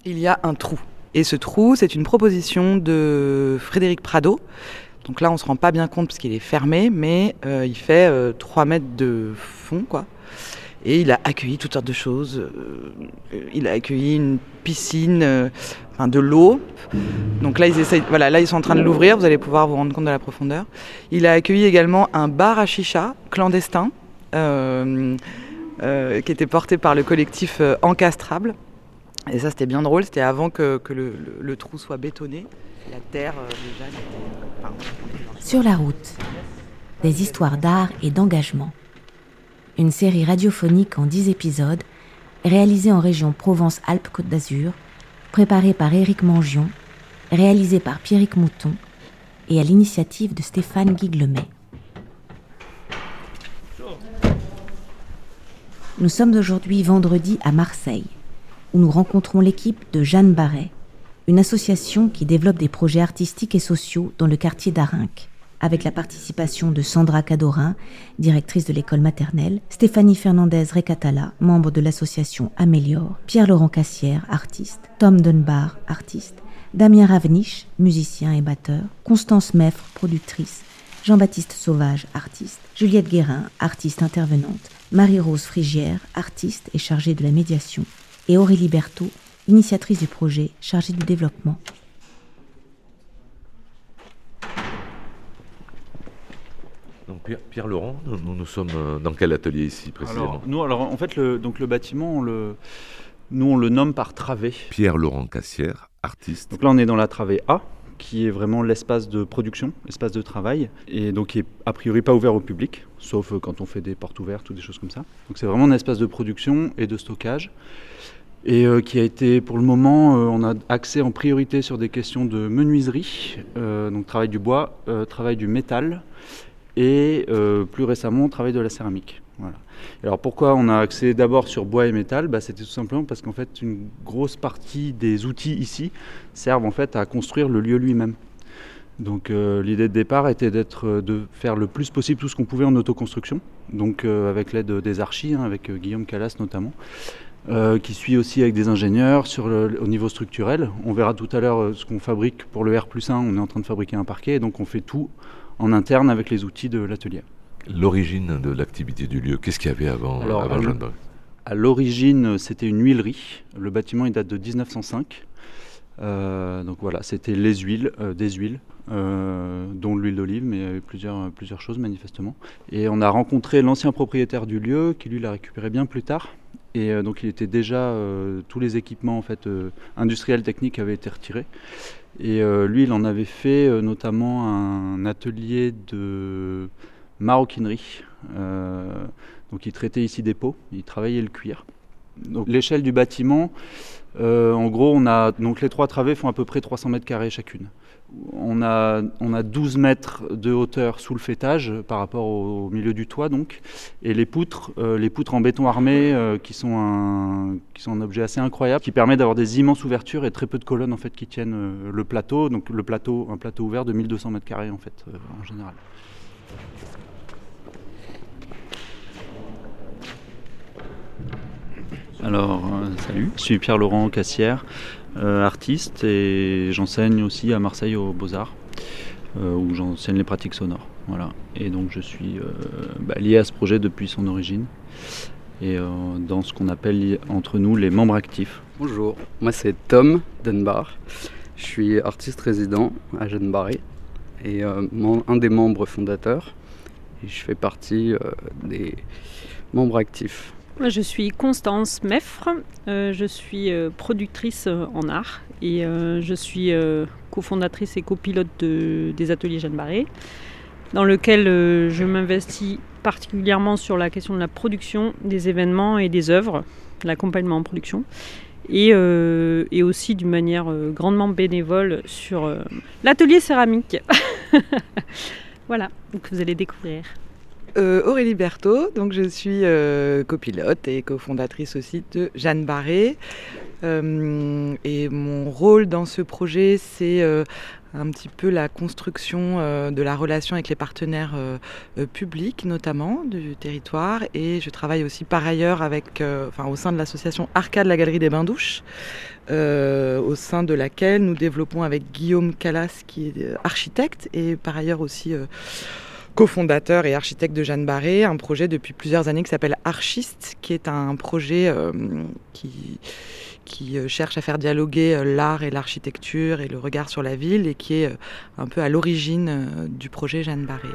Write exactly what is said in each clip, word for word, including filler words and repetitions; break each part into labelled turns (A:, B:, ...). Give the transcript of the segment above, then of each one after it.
A: il y a un trou. Et ce trou, c'est une proposition de Frédéric Prado. Donc là, on ne se rend pas bien compte parce qu'il est fermé, mais euh, il fait euh, trois mètres de fond, quoi. Et il a accueilli toutes sortes de choses. Euh, il a accueilli une piscine, euh, enfin de l'eau. Donc là ils, essayent, voilà, là, ils sont en train de l'ouvrir, vous allez pouvoir vous rendre compte de la profondeur. Il a accueilli également un bar à chicha clandestin, euh, euh, qui était porté par le collectif euh, Encastrable. Et ça, c'était bien drôle, c'était avant que, que le, le, le trou soit bétonné. La terre, euh, déjà, était... Enfin,
B: Sur la route, des histoires d'art et d'engagement. Une série radiophonique en dix épisodes, réalisée en région Provence-Alpes-Côte d'Azur, préparée par Éric Mangion, réalisée par Pierrick Mouton et à l'initiative de Stéphane Guiglemet. Nous sommes aujourd'hui vendredi à Marseille, où nous rencontrons l'équipe de Jeanne Barret, une association qui développe des projets artistiques et sociaux dans le quartier d'Arinques, avec la participation de Sandra Cadorin, directrice de l'école maternelle, Stéphanie Fernandez-Recatala, membre de l'association Améliore, Pierre-Laurent Cassière, artiste, Tom Dunbar, artiste, Damien Ravniche, musicien et batteur, Constance Meffre, productrice, Jean-Baptiste Sauvage, artiste, Juliette Guérin, artiste intervenante, Marie-Rose Frigière, artiste et chargée de la médiation, et Aurélie Berthaud, initiatrice du projet, chargée du développement.
C: Donc Pierre, Pierre Laurent, nous, nous sommes dans quel atelier ici précisément ?
D: alors, nous, alors en fait, le, donc, le bâtiment, on le, nous on le nomme par travée.
C: Pierre Laurent Cassière, artiste.
D: Donc là on est dans la travée A, qui est vraiment l'espace de production, l'espace de travail, et donc qui est a priori pas ouvert au public, sauf quand on fait des portes ouvertes ou des choses comme ça. Donc c'est vraiment un espace de production et de stockage, et euh, qui a été, pour le moment, euh, on a accès en priorité sur des questions de menuiserie, euh, donc travail du bois, euh, travail du métal, et euh, plus récemment, travail de la céramique. Voilà. Alors pourquoi on a accès d'abord sur bois et métal ? Bah, c'était tout simplement parce qu'en fait, une grosse partie des outils ici servent en fait à construire le lieu lui-même. Donc euh, l'idée de départ était d'être, de faire le plus possible tout ce qu'on pouvait en autoconstruction, donc euh, avec l'aide des archis, hein, avec euh, Guillaume Calas notamment, euh, qui suit aussi avec des ingénieurs sur le, au niveau structurel. On verra tout à l'heure euh, ce qu'on fabrique pour le R plus un, on est en train de fabriquer un parquet, et donc on fait tout en interne avec les outils de l'atelier.
C: L'origine de l'activité du lieu, qu'est-ce qu'il y avait avant,
D: Alors,
C: avant Jeanne Barret ?
D: À l'origine, c'était une huilerie. Le bâtiment, il date de dix-neuf cent cinq. Euh, donc voilà, c'était les huiles, euh, des huiles, euh, dont l'huile d'olive, mais il y avait plusieurs, plusieurs choses manifestement. Et on a rencontré l'ancien propriétaire du lieu, qui lui l'a récupéré bien plus tard. Et euh, donc il était déjà, euh, tous les équipements en fait, euh, industriels, techniques avaient été retirés. Et euh, lui, il en avait fait euh, notamment un atelier de maroquinerie. Euh, donc il traitait ici des peaux, il travaillait le cuir. Donc l'échelle du bâtiment, euh, en gros, on a, donc les trois travées font à peu près trois cents mètres carrés chacune. On a, on a douze mètres de hauteur sous le faîtage par rapport au, au milieu du toit, donc. Et les poutres, euh, les poutres en béton armé, euh, qui, sont un, qui sont un objet assez incroyable, qui permet d'avoir des immenses ouvertures et très peu de colonnes en fait, qui tiennent euh, le plateau. Donc le plateau, un plateau ouvert de mille deux cents mètres carrés en fait, euh, en général. Alors, euh, salut, je suis Pierre-Laurent Cassière, euh, artiste, et j'enseigne aussi à Marseille aux Beaux-Arts, euh, où j'enseigne les pratiques sonores. Voilà. Et donc je suis euh, bah, lié à ce projet depuis son origine, et euh, dans ce qu'on appelle entre nous les membres actifs.
E: Bonjour, moi c'est Tom Dunbar, je suis artiste résident à Jeanne Barret, et euh, un des membres fondateurs, et je fais partie euh, des membres actifs.
F: Moi, je suis Constance Meffre, euh, je suis euh, productrice euh, en art et euh, je suis euh, cofondatrice et copilote de, des ateliers Jeanne Barret, dans lequel euh, je m'investis particulièrement sur la question de la production des événements et des œuvres, l'accompagnement en production, et, euh, et aussi d'une manière euh, grandement bénévole sur euh, l'atelier céramique. Voilà, donc vous allez découvrir.
A: Euh, Aurélie Berthaud, donc je suis euh, copilote et cofondatrice aussi de Jeanne Barret. Euh, et mon rôle dans ce projet, c'est euh, un petit peu la construction euh, de la relation avec les partenaires euh, euh, publics, notamment du territoire. Et je travaille aussi par ailleurs avec, euh, enfin, au sein de l'association Arcade, la Galerie des Bains-Douches, euh, au sein de laquelle nous développons avec Guillaume Calas, qui est architecte, et par ailleurs aussi euh, cofondateur et architecte de Jeanne Barré, un projet depuis plusieurs années qui s'appelle Archiste, qui est un projet euh, qui... qui cherche à faire dialoguer l'art et l'architecture et le regard sur la ville et qui est un peu à l'origine du projet Jeanne Barré.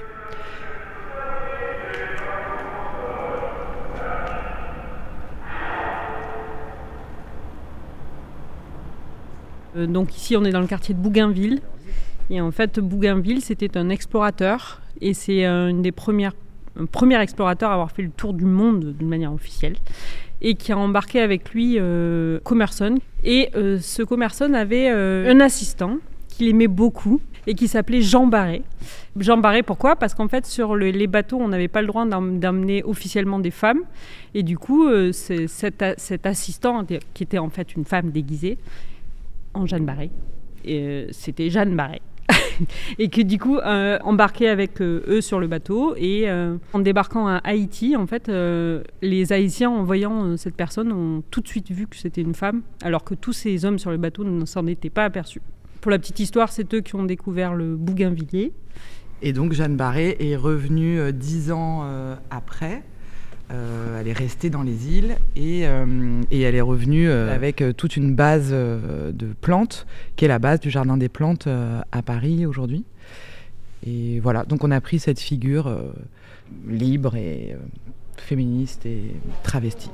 F: Donc ici on est dans le quartier de Bougainville et en fait Bougainville c'était un explorateur et c'est une des premières, un premier explorateur à avoir fait le tour du monde d'une manière officielle et qui a embarqué avec lui euh, Commerson. Et euh, ce Commerson avait euh, un assistant qu'il aimait beaucoup et qui s'appelait Jean Barré. Jean Barré, pourquoi ? Parce qu'en fait, sur le, les bateaux, on n'avait pas le droit d'emmener officiellement des femmes. Et du coup, euh, c'est, cet, cet assistant, qui était en fait une femme déguisée en Jeanne Barré, et, euh, c'était Jeanne Barré. Et que du coup euh, embarqué avec euh, eux sur le bateau et euh, en débarquant à Haïti, en fait, euh, les Haïtiens en voyant euh, cette personne ont tout de suite vu que c'était une femme, alors que tous ces hommes sur le bateau ne s'en étaient pas aperçus. Pour la petite histoire, c'est eux qui ont découvert le Bougainvillier.
A: Et donc Jeanne Barré est revenue euh, dix ans euh, après. Euh, elle est restée dans les îles et, euh, et elle est revenue euh, avec euh, toute une base euh, de plantes, qui est la base du Jardin des Plantes euh, à Paris aujourd'hui. Et voilà, donc on a pris cette figure euh, libre et euh, féministe et travestie.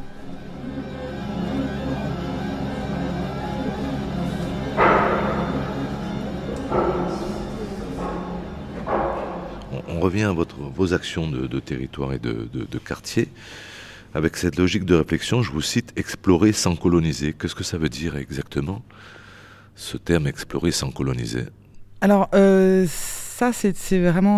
C: On revient à votre, vos actions de, de territoire et de, de, de quartier. Avec cette logique de réflexion, je vous cite « explorer sans coloniser ». Qu'est-ce que ça veut dire exactement, ce terme « explorer sans coloniser » ?
A: Alors, euh, ça, c'est, c'est vraiment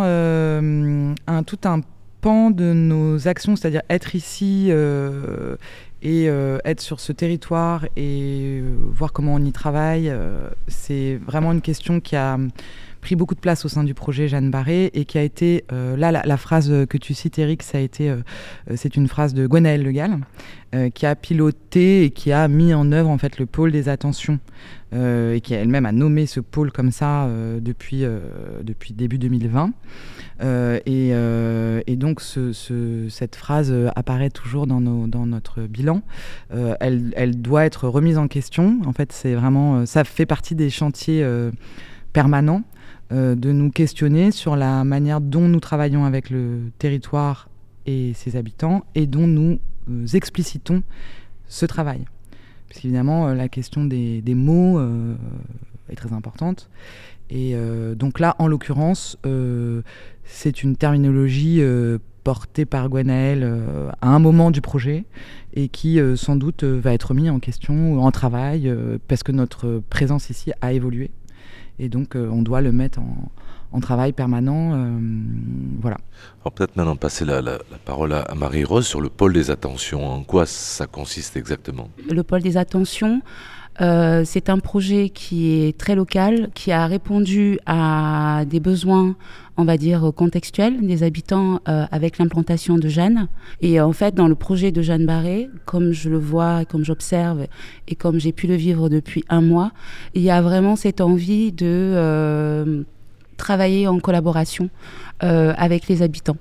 A: euh, un, tout un pan de nos actions, c'est-à-dire être ici euh, et euh, être sur ce territoire et euh, voir comment on y travaille. Euh, c'est vraiment une question qui a pris beaucoup de place au sein du projet Jeanne Barré et qui a été, euh, là, la, la phrase que tu cites, Eric, ça a été, euh, c'est une phrase de Gwenaëlle Le Gall, euh, qui a piloté et qui a mis en œuvre en fait le pôle des attentions euh, et qui elle-même a nommé ce pôle comme ça euh, depuis, euh, depuis début deux mille vingt. Euh, et, euh, et donc ce, ce, cette phrase apparaît toujours dans, nos, dans notre bilan. Euh, elle, elle doit être remise en question. En fait, c'est vraiment, ça fait partie des chantiers euh, permanents euh, de nous questionner sur la manière dont nous travaillons avec le territoire et ses habitants et dont nous euh, explicitons ce travail. Parce qu'évidemment, euh, la question des, des mots euh, est très importante. Et euh, donc là, en l'occurrence, euh, c'est une terminologie euh, portée par Gwenaëlle euh, à un moment du projet et qui euh, sans doute euh, va être mis en question, en travail, euh, parce que notre présence ici a évolué. Et donc, euh, on doit le mettre en, en travail permanent. Euh, voilà.
C: Alors peut-être maintenant passer la, la, la parole à, à Marie-Rose sur le pôle des attentions. En quoi ça consiste exactement ?
G: Le pôle des attentions, euh, c'est un projet qui est très local, qui a répondu à des besoins, on va dire, contextuels des habitants euh, avec l'implantation de Jeanne. Et en fait, dans le projet de Jeanne Barré, comme je le vois, comme j'observe et comme j'ai pu le vivre depuis un mois, il y a vraiment cette envie de euh, travailler en collaboration euh, avec les habitants.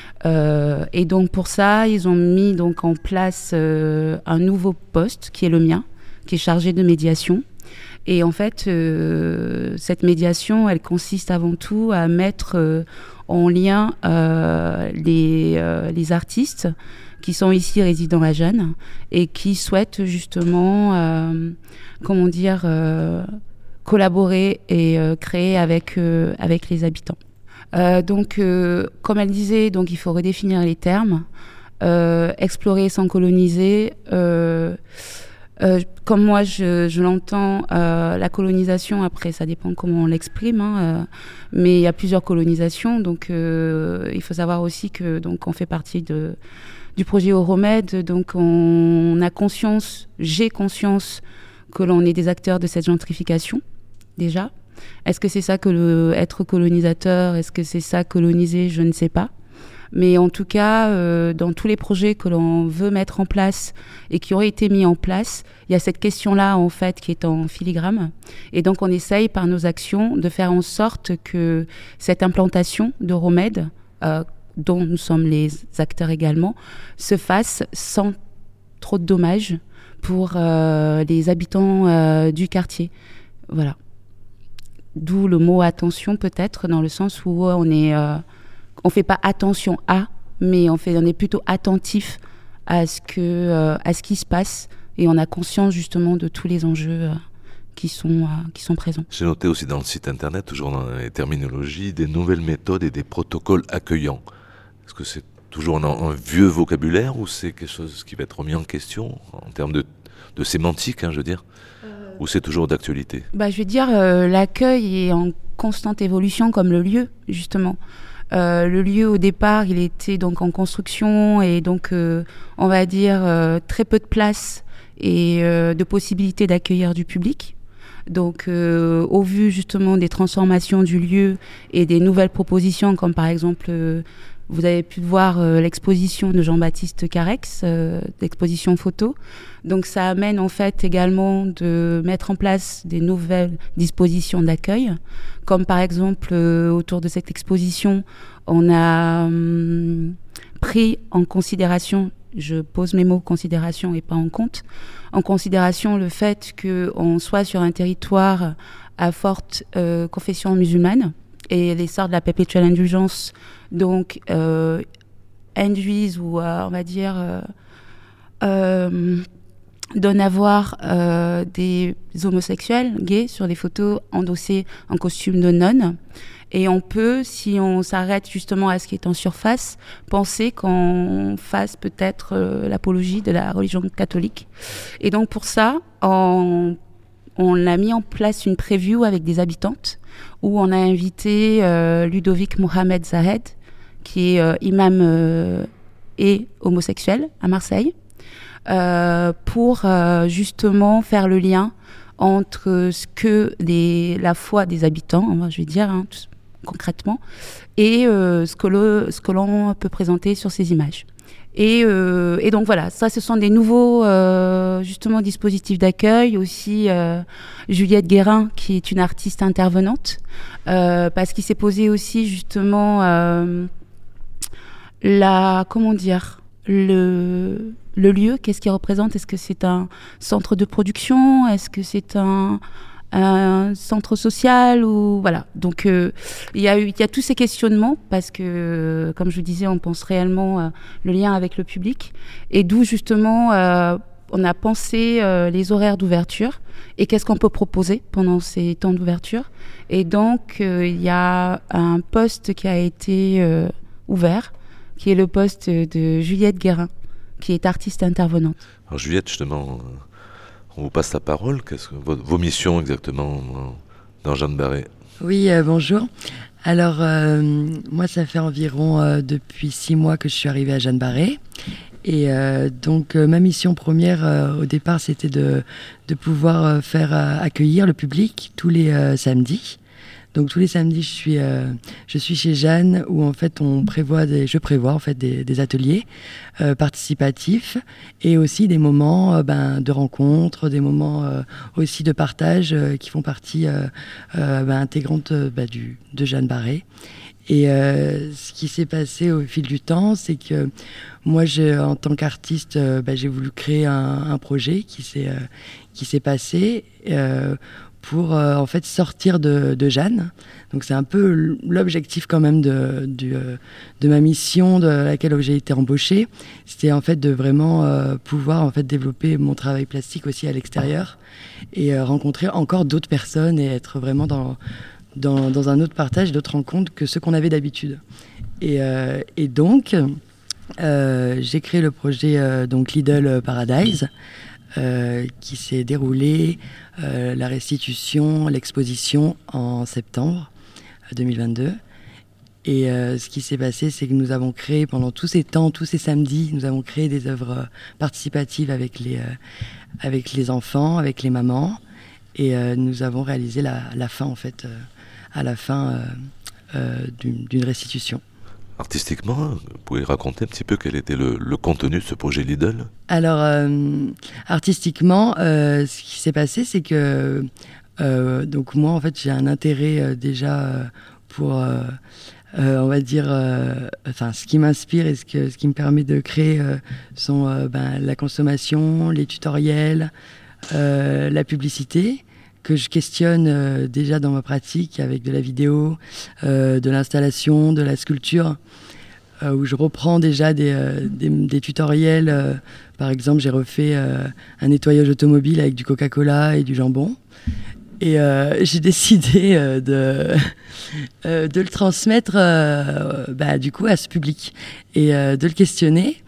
G: Euh, et donc pour ça, ils ont mis donc en place euh, un nouveau poste qui est le mien, qui est chargé de médiation. Et en fait, euh, cette médiation, elle consiste avant tout à mettre euh, en lien euh, les, euh, les artistes qui sont ici résidents à Jeanne et qui souhaitent justement, euh, comment dire, euh, collaborer et euh, créer avec, euh, avec les habitants. Euh, donc, euh, comme elle disait, donc il faut redéfinir les termes, euh, explorer sans coloniser. Euh, Euh, comme moi je, je l'entends, euh, la colonisation, après ça dépend comment on l'exprime, hein, euh, mais il y a plusieurs colonisations, donc euh, il faut savoir aussi que donc on fait partie de, du projet Euromède. Donc on a conscience, j'ai conscience que l'on est des acteurs de cette gentrification, déjà. Est-ce que c'est ça que le, être colonisateur, est-ce que c'est ça coloniser, je ne sais pas. Mais en tout cas, euh, dans tous les projets que l'on veut mettre en place et qui ont été mis en place, il y a cette question-là, en fait, qui est en filigrane. Et donc, on essaye, par nos actions, de faire en sorte que cette implantation d'Euromède, euh, dont nous sommes les acteurs également, se fasse sans trop de dommages pour euh, les habitants euh, du quartier. Voilà. D'où le mot attention, peut-être, dans le sens où on est... Euh, on fait pas attention à, mais on, fait, on est plutôt attentif à ce, que, euh, à ce qui se passe et on a conscience justement de tous les enjeux euh, qui, sont, euh, qui sont présents.
C: J'ai noté aussi dans le site internet, toujours dans les terminologies, des nouvelles méthodes et des protocoles accueillants. Est-ce que c'est toujours un, un vieux vocabulaire ou c'est quelque chose qui va être remis en question en termes de, de sémantique, hein, je veux dire, euh... ou c'est toujours d'actualité? Bah,
G: je veux dire, euh, l'accueil est en constante évolution comme le lieu, justement. Euh, le lieu au départ, il était donc en construction et donc euh, on va dire euh, très peu de place et euh, de possibilités d'accueillir du public. Donc euh, au vu justement des transformations du lieu et des nouvelles propositions comme par exemple euh, vous avez pu voir euh, l'exposition de Jean-Baptiste Carex, euh, l'exposition photo. Donc ça amène en fait également de mettre en place des nouvelles dispositions d'accueil, comme par exemple euh, autour de cette exposition, on a hum, pris en considération, je pose mes mots considération et pas en compte, en considération le fait qu'on soit sur un territoire à forte euh, confession musulmane et l'essor de la perpétuelle indulgence donc euh, induisent ou euh, on va dire euh, euh, donnent à voir euh, des homosexuels gays sur des photos endossés en costume de nonne. Et on peut, si on s'arrête justement à ce qui est en surface, penser qu'on fasse peut-être euh, l'apologie de la religion catholique. Et donc pour ça, on, on a mis en place une preview avec des habitantes où on a invité euh, Ludovic Mohamed Zahed, qui est euh, imam euh, et homosexuel à Marseille, euh, pour euh, justement faire le lien entre ce que les, la foi des habitants, je vais dire hein, tout, concrètement, et euh, ce que le, ce que l'on peut présenter sur ces images. Et, euh, et donc voilà, ça ce sont des nouveaux euh, justement dispositifs d'accueil. Aussi euh, Juliette Guérin qui est une artiste intervenante, euh, parce qu'il s'est posé aussi justement euh, la, comment dire, le, le lieu, qu'est-ce qu'il représente? Est-ce que c'est un centre de production? Est-ce que c'est un, un centre social ou voilà. Donc euh, il y a eu, il y a tous ces questionnements parce que, comme je vous disais, on pense réellement euh, le lien avec le public et d'où justement euh, on a pensé euh, les horaires d'ouverture et qu'est-ce qu'on peut proposer pendant ces temps d'ouverture. Et donc euh, il y a un poste qui a été euh, ouvert, qui est le poste de Juliette Guérin, qui est artiste intervenante.
C: Alors Juliette, justement, on vous passe la parole. Qu'est-ce que vos, vos missions exactement dans Jeanne Barré?
H: Oui, euh, bonjour. Alors, euh, moi, ça fait environ euh, depuis six mois que je suis arrivée à Jeanne Barré. Et euh, donc, euh, ma mission première, euh, au départ, c'était de, de pouvoir euh, faire euh, accueillir le public tous les euh, samedis. Donc tous les samedis, je suis, euh, je suis chez Jeanne où en fait on prévoit des, je prévois en fait des, des ateliers euh, participatifs et aussi des moments euh, ben, de rencontres, des moments euh, aussi de partage euh, qui font partie euh, euh, ben, intégrante euh, ben, du, de Jeanne Barré. Et euh, ce qui s'est passé au fil du temps, c'est que moi, je, en tant qu'artiste, euh, ben, j'ai voulu créer un, un projet qui s'est, euh, qui s'est passé. Euh, pour euh, en fait sortir de, de Jeanne. Donc c'est un peu l'objectif quand même de, de, de ma mission de laquelle j'ai été embauchée. C'était en fait de vraiment euh, pouvoir en fait développer mon travail plastique aussi à l'extérieur et euh, rencontrer encore d'autres personnes et être vraiment dans, dans, dans un autre partage, d'autres rencontres que ceux qu'on avait d'habitude. Et, euh, et donc euh, j'ai créé le projet euh, donc Lidl Paradise. Euh, qui s'est déroulé, euh, la restitution, l'exposition en septembre deux mille vingt-deux. Et euh, ce qui s'est passé, c'est que nous avons créé pendant tous ces temps, tous ces samedis, nous avons créé des œuvres euh, participatives avec les, euh, avec les enfants, avec les mamans. Et euh, nous avons réalisé la, la fin, en fait, euh, à la fin euh, euh, d'une, d'une restitution.
C: Artistiquement, vous pouvez raconter un petit peu quel était le, le contenu de ce projet Lidl ?
H: Alors, euh, artistiquement, euh, ce qui s'est passé, c'est que euh, donc moi, en fait, j'ai un intérêt euh, déjà euh, pour... Euh, Euh, on va dire, euh, enfin, ce qui m'inspire et ce, que, ce qui me permet de créer euh, sont euh, ben, la consommation, les tutoriels, euh, la publicité, que je questionne euh, déjà dans ma pratique avec de la vidéo, euh, de l'installation, de la sculpture, euh, où je reprends déjà des, euh, des, des tutoriels. Euh, par exemple, j'ai refait euh, un nettoyage automobile avec du Coca-Cola et du jambon. Et euh, j'ai décidé euh, de, euh, de le transmettre euh, bah, du coup à ce public et euh, de le questionner.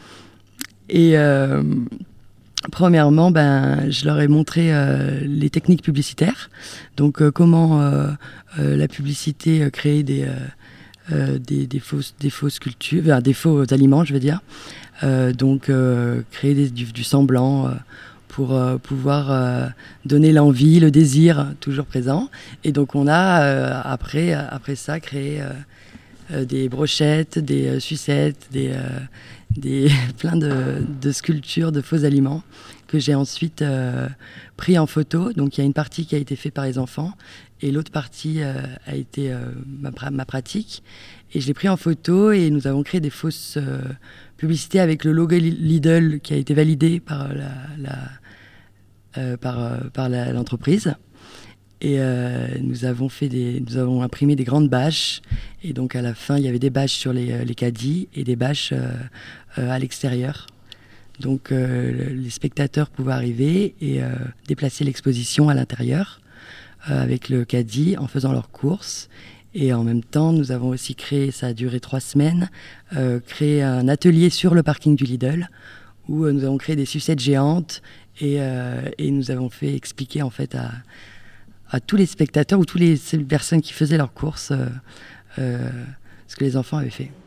H: Et euh, premièrement, ben, je leur ai montré euh, les techniques publicitaires. Donc euh, comment euh, euh, la publicité euh, créer des, euh, euh, des, des, fausses, des fausses cultures, enfin, des faux aliments, je veux dire. Euh, donc euh, créer des, du, du semblant. Euh, pour euh, pouvoir euh, donner l'envie, le désir toujours présent. Et donc on a, euh, après, après ça, créé euh, euh, des brochettes, des euh, sucettes, des, euh, des plein de, de sculptures de faux aliments que j'ai ensuite euh, pris en photo. Donc il y a une partie qui a été faite par les enfants et l'autre partie euh, a été euh, ma, ma pratique. Et je l'ai pris en photo et nous avons créé des fausses euh, publicités avec le logo Lidl qui a été validé par la, la euh, par, euh, par la, l'entreprise. Et euh, nous avons fait des, nous avons imprimé des grandes bâches. Et donc à la fin, il y avait des bâches sur les, les caddies et des bâches euh, euh, à l'extérieur. Donc euh, les spectateurs pouvaient arriver et euh, déplacer l'exposition à l'intérieur euh, avec le caddie en faisant leurs courses. Et en même temps, nous avons aussi créé, ça a duré trois semaines, euh, créé un atelier sur le parking du Lidl où euh, nous avons créé des sucettes géantes et, euh, et nous avons fait expliquer en fait à, à tous les spectateurs ou toutes les personnes qui faisaient leurs courses euh, euh, ce que les enfants avaient fait.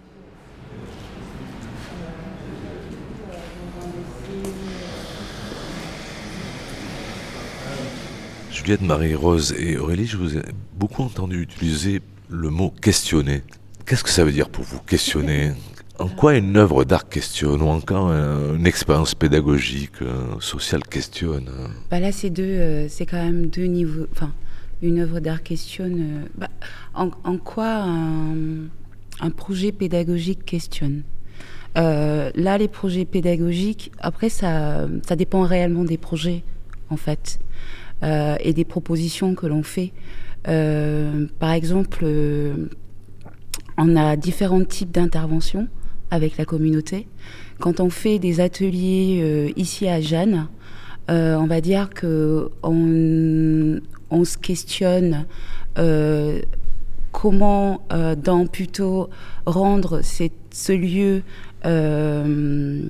C: Juliette, Marie-Rose et Aurélie, je vous ai beaucoup entendu utiliser le mot « questionner ». Qu'est-ce que ça veut dire pour vous, questionner ? En quoi une œuvre d'art questionne ? Ou en quoi une expérience pédagogique, euh, sociale questionne ?
G: Bah là, c'est deux, euh, c'est quand même deux niveaux. Enfin, une œuvre d'art questionne. Euh, bah, en, en quoi un, un projet pédagogique questionne ? euh, Là, les projets pédagogiques, après, ça, ça dépend réellement des projets, en fait, euh, et des propositions que l'on fait. Euh, par exemple, euh, on a différents types d'interventions avec la communauté. Quand on fait des ateliers euh, ici à Jeanne, euh, on va dire qu'on on se questionne euh, comment euh, dans plutôt rendre cette, ce lieu, euh,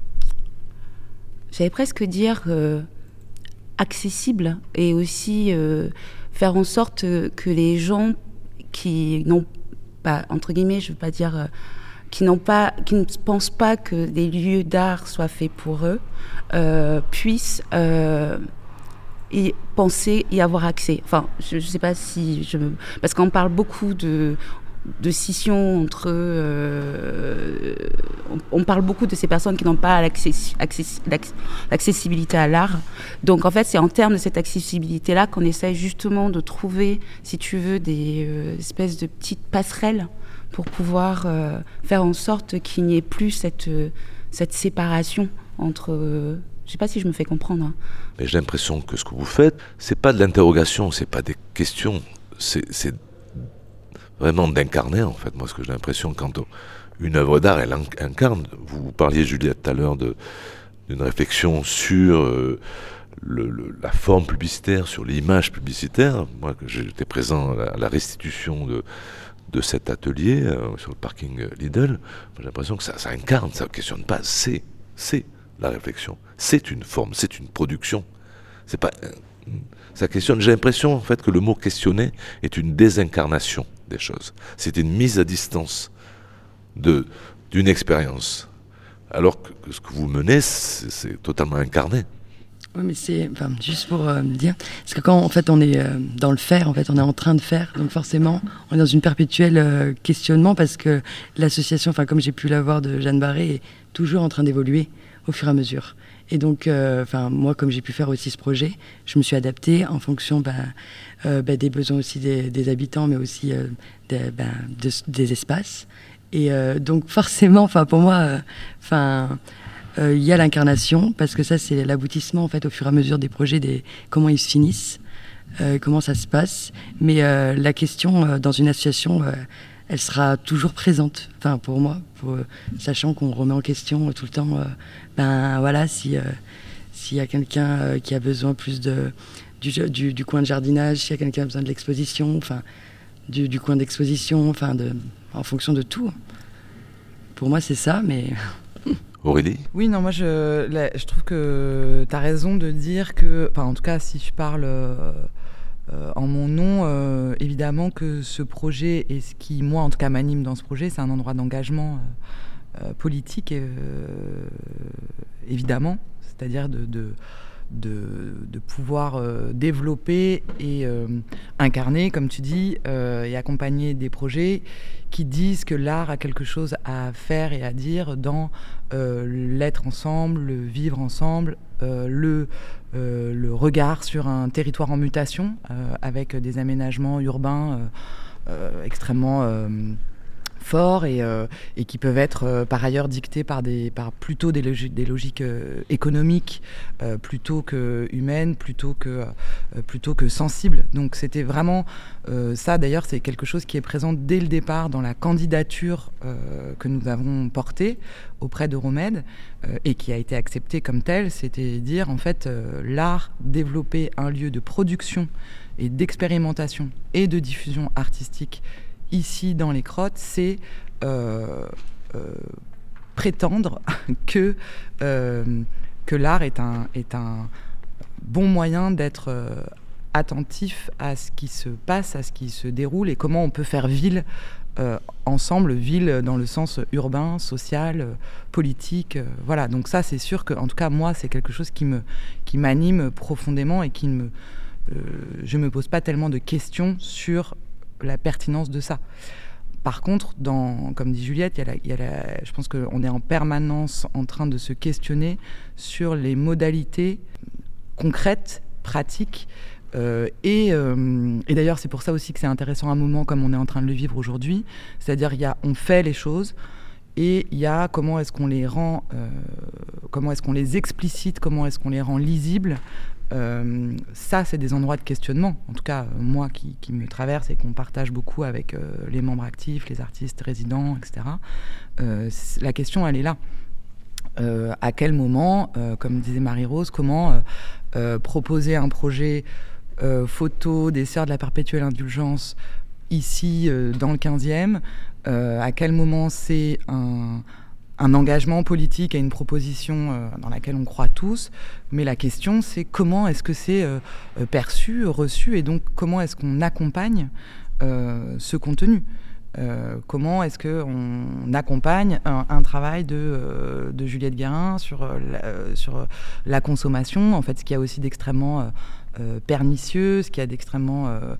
G: j'allais presque dire euh, accessible et aussi euh, faire en sorte que les gens qui n'ont pas, entre guillemets, je ne veux pas dire, euh, qui n'ont pas, qui ne pensent pas que des lieux d'art soient faits pour eux, euh, puissent euh, y penser, y avoir accès. Enfin, je ne sais pas si je... Parce qu'on parle beaucoup de, de scission entre... Euh, on, on parle beaucoup de ces personnes qui n'ont pas l'access, access, l'accessibilité à l'art. Donc, en fait, c'est en termes de cette accessibilité-là qu'on essaye justement de trouver, si tu veux, des euh, espèces de petites passerelles pour pouvoir euh, faire en sorte qu'il n'y ait plus cette, euh, cette séparation entre... Euh, je ne sais pas si je me fais comprendre. Hein.
C: Mais j'ai l'impression que ce que vous faites, c'est pas de l'interrogation, c'est pas des questions, c'est, c'est vraiment d'incarner, en fait. Moi, ce que j'ai l'impression, quand on, une œuvre d'art, elle incarne. Vous parliez, Juliette, tout à l'heure, de, d'une réflexion sur euh, le, le, la forme publicitaire, sur l'image publicitaire. Moi, j'étais présent à la, à la restitution de... de cet atelier euh, sur le parking Lidl, j'ai l'impression que ça, ça incarne, ça ne questionne pas, c'est, c'est la réflexion, c'est une forme, c'est une production. C'est pas, euh, ça questionne, j'ai l'impression en fait que le mot questionner est une désincarnation des choses. C'est une mise à distance de, d'une expérience. Alors que, que ce que vous menez, c'est, c'est totalement incarné.
H: Oui, mais c'est, enfin, juste pour euh, dire, parce que quand en fait on est euh, dans le faire, en fait on est en train de faire, donc forcément on est dans une perpétuelle euh, questionnement parce que l'association, enfin comme j'ai pu la voir de Jeanne Barré, est toujours en train d'évoluer au fur et à mesure. Et donc, euh, enfin moi comme j'ai pu faire aussi ce projet, je me suis adaptée en fonction bah, euh, bah, des besoins aussi des, des habitants, mais aussi euh, des, bah, de, des espaces. Et euh, donc forcément, enfin pour moi, enfin. Euh, Il euh, y a l'incarnation, parce que ça, c'est l'aboutissement, en fait, au fur et à mesure des projets, des, comment ils se finissent, euh, comment ça se passe. Mais euh, la question, euh, dans une association, euh, elle sera toujours présente, enfin, pour moi, pour, euh, sachant qu'on remet en question euh, tout le temps, euh, ben voilà, si, euh, s'il y a quelqu'un euh, qui a besoin plus de, du, du, du coin de jardinage, s'il y a quelqu'un qui a besoin de l'exposition, enfin, du, du coin d'exposition, enfin, de, en fonction de tout. Pour moi, c'est ça, mais...
C: Aurélie ?
A: Oui, non, moi je, là, je trouve que tu as raison de dire que, enfin en tout cas si je parle euh, euh, en mon nom, euh, évidemment que ce projet et ce qui moi en tout cas m'anime dans ce projet, c'est un endroit d'engagement euh, euh, politique, euh, évidemment, c'est-à-dire de, de, de, de pouvoir euh, développer et euh, incarner, comme tu dis, euh, et accompagner des projets qui disent que l'art a quelque chose à faire et à dire dans euh, l'être ensemble, le vivre ensemble, euh, le, euh, le regard sur un territoire en mutation, euh, avec des aménagements urbains euh, euh, extrêmement euh, forts et, euh, et qui peuvent être euh, par ailleurs dictés par, des, par plutôt des, logi- des logiques euh, économiques euh, plutôt que humaines, plutôt que, euh, plutôt que sensibles. Donc c'était vraiment euh, ça, d'ailleurs, c'est quelque chose qui est présent dès le départ dans la candidature euh, que nous avons portée auprès d'Euromed euh, et qui a été acceptée comme telle, c'était dire en fait euh, l'art, développer un lieu de production et d'expérimentation et de diffusion artistique ici dans les Crottes, c'est euh, euh, prétendre que, euh, que l'art est un, est un bon moyen d'être euh, attentif à ce qui se passe, à ce qui se déroule et comment on peut faire ville euh, ensemble, ville dans le sens urbain, social, euh, politique. Euh, voilà, donc ça c'est sûr que, en tout cas moi, c'est quelque chose qui, me, qui m'anime profondément et qui me... Euh, je ne me pose pas tellement de questions sur la pertinence de ça. Par contre, dans, comme dit Juliette, il y a la, il y a la, je pense qu'on est en permanence en train de se questionner sur les modalités concrètes, pratiques, euh, et, euh, et d'ailleurs c'est pour ça aussi que c'est intéressant un moment comme on est en train de le vivre aujourd'hui, c'est-à-dire il y a, on fait les choses et il y a comment est-ce qu'on les rend, euh, comment est-ce qu'on les explicite, comment est-ce qu'on les rend lisibles. Euh, ça, c'est des endroits de questionnement, en tout cas, euh, moi qui, qui me traverse et qu'on partage beaucoup avec euh, les membres actifs, les artistes résidents, et cetera. Euh, la question, elle est là. Euh, à quel moment, euh, comme disait Marie-Rose, comment euh, euh, proposer un projet euh, photo des Sœurs de la Perpétuelle Indulgence ici, euh, dans le quinzième, euh, à quel moment c'est un... un engagement politique et une proposition euh, dans laquelle on croit tous, mais la question c'est comment est-ce que c'est euh, perçu, reçu, et donc comment est-ce qu'on accompagne euh, ce contenu, euh, comment est-ce qu'on accompagne un, un travail de, euh, de Juliette Guérin sur, euh, la, euh, sur la consommation, en fait ce qu'il y a aussi d'extrêmement euh, euh, pernicieux, ce qu'il y a d'extrêmement... Euh,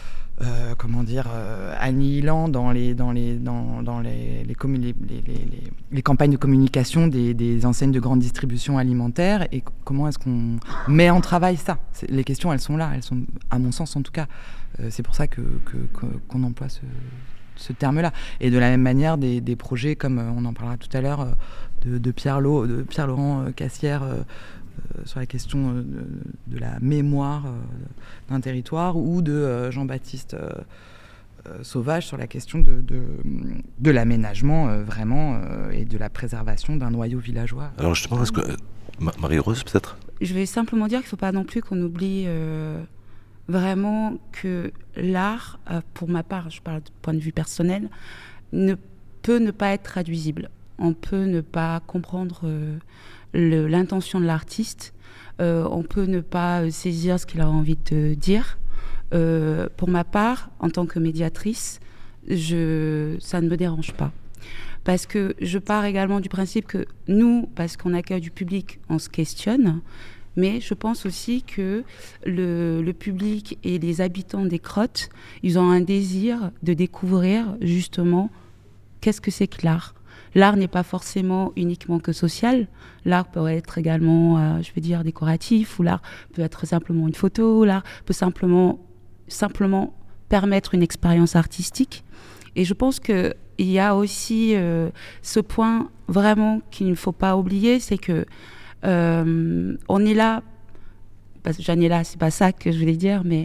A: Euh, comment dire, euh, annihilant dans les, dans les, dans, dans les, les, commun- les, les, les, les campagnes de communication des, des enseignes de grande distribution alimentaire, et c- comment est-ce qu'on met en travail ça. C'est, les questions, elles sont là, elles sont, à mon sens en tout cas, euh, c'est pour ça que, que, que, qu'on emploie ce, ce terme-là. Et de la même manière, des, des projets comme, euh, on en parlera tout à l'heure, euh, de, de, Pierre Lo, de Pierre-Laurent euh, Cassière, euh, Euh, sur la question euh, de, de la mémoire euh, d'un territoire, ou de euh, Jean-Baptiste euh, euh, Sauvage sur la question de, de, de l'aménagement euh, vraiment euh, et de la préservation d'un noyau villageois.
C: Alors justement, est-ce que euh, Marie-Rose peut-être ?
G: Je vais simplement dire qu'il ne faut pas non plus qu'on oublie euh, vraiment que l'art, euh, pour ma part, je parle du point de vue personnel, ne peut ne pas être traduisible. On peut ne pas comprendre euh, le, l'intention de l'artiste, euh, on peut ne pas saisir ce qu'il a envie de dire. Euh, pour ma part, en tant que médiatrice, je, ça ne me dérange pas. Parce que je pars également du principe que nous, parce qu'on accueille du public, on se questionne, mais je pense aussi que le, le public et les habitants des Crottes, ils ont un désir de découvrir justement qu'est-ce que c'est que l'art. L'art n'est pas forcément uniquement que social. L'art peut être également, euh, je veux dire, décoratif, ou l'art peut être simplement une photo, l'art peut simplement, simplement permettre une expérience artistique. Et je pense qu'il y a aussi euh, ce point vraiment qu'il ne faut pas oublier, c'est que euh, on est là, parce que j'en ai là, c'est pas ça que je voulais dire, mais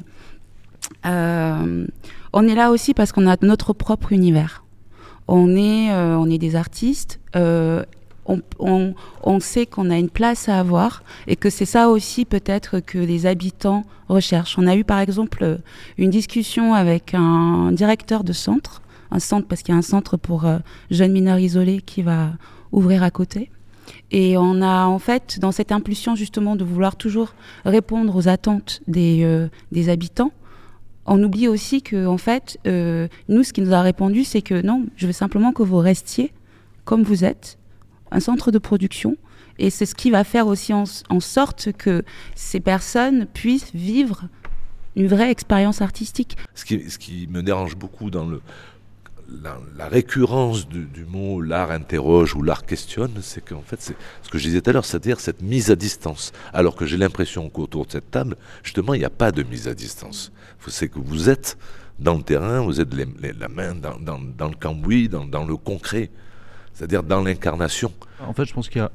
G: euh, on est là aussi parce qu'on a notre propre univers. On est, euh, on est des artistes, euh, on, on, on sait qu'on a une place à avoir et que c'est ça aussi peut-être que les habitants recherchent. On a eu par exemple une discussion avec un directeur de centre, un centre parce qu'il y a un centre pour euh, jeunes mineurs isolés qui va ouvrir à côté. Et on a en fait, dans cette impulsion justement de vouloir toujours répondre aux attentes des, euh, des habitants, on oublie aussi que, en fait, euh, nous, ce qui nous a répondu, c'est que non, je veux simplement que vous restiez comme vous êtes, un centre de production. Et c'est ce qui va faire aussi en, en sorte que ces personnes puissent vivre une vraie expérience artistique.
C: Ce qui, ce qui me dérange beaucoup dans le, la, la récurrence du, du mot l'art interroge ou l'art questionne, c'est qu'en fait, c'est ce que je disais tout à l'heure, c'est-à-dire cette mise à distance. Alors que j'ai l'impression qu'autour de cette table, justement, il n'y a pas de mise à distance. C'est que vous êtes dans le terrain, vous êtes les, les, la main dans, dans, dans le cambouis, dans, dans le concret, c'est-à-dire dans l'incarnation.
D: En fait, je pense qu'il y a,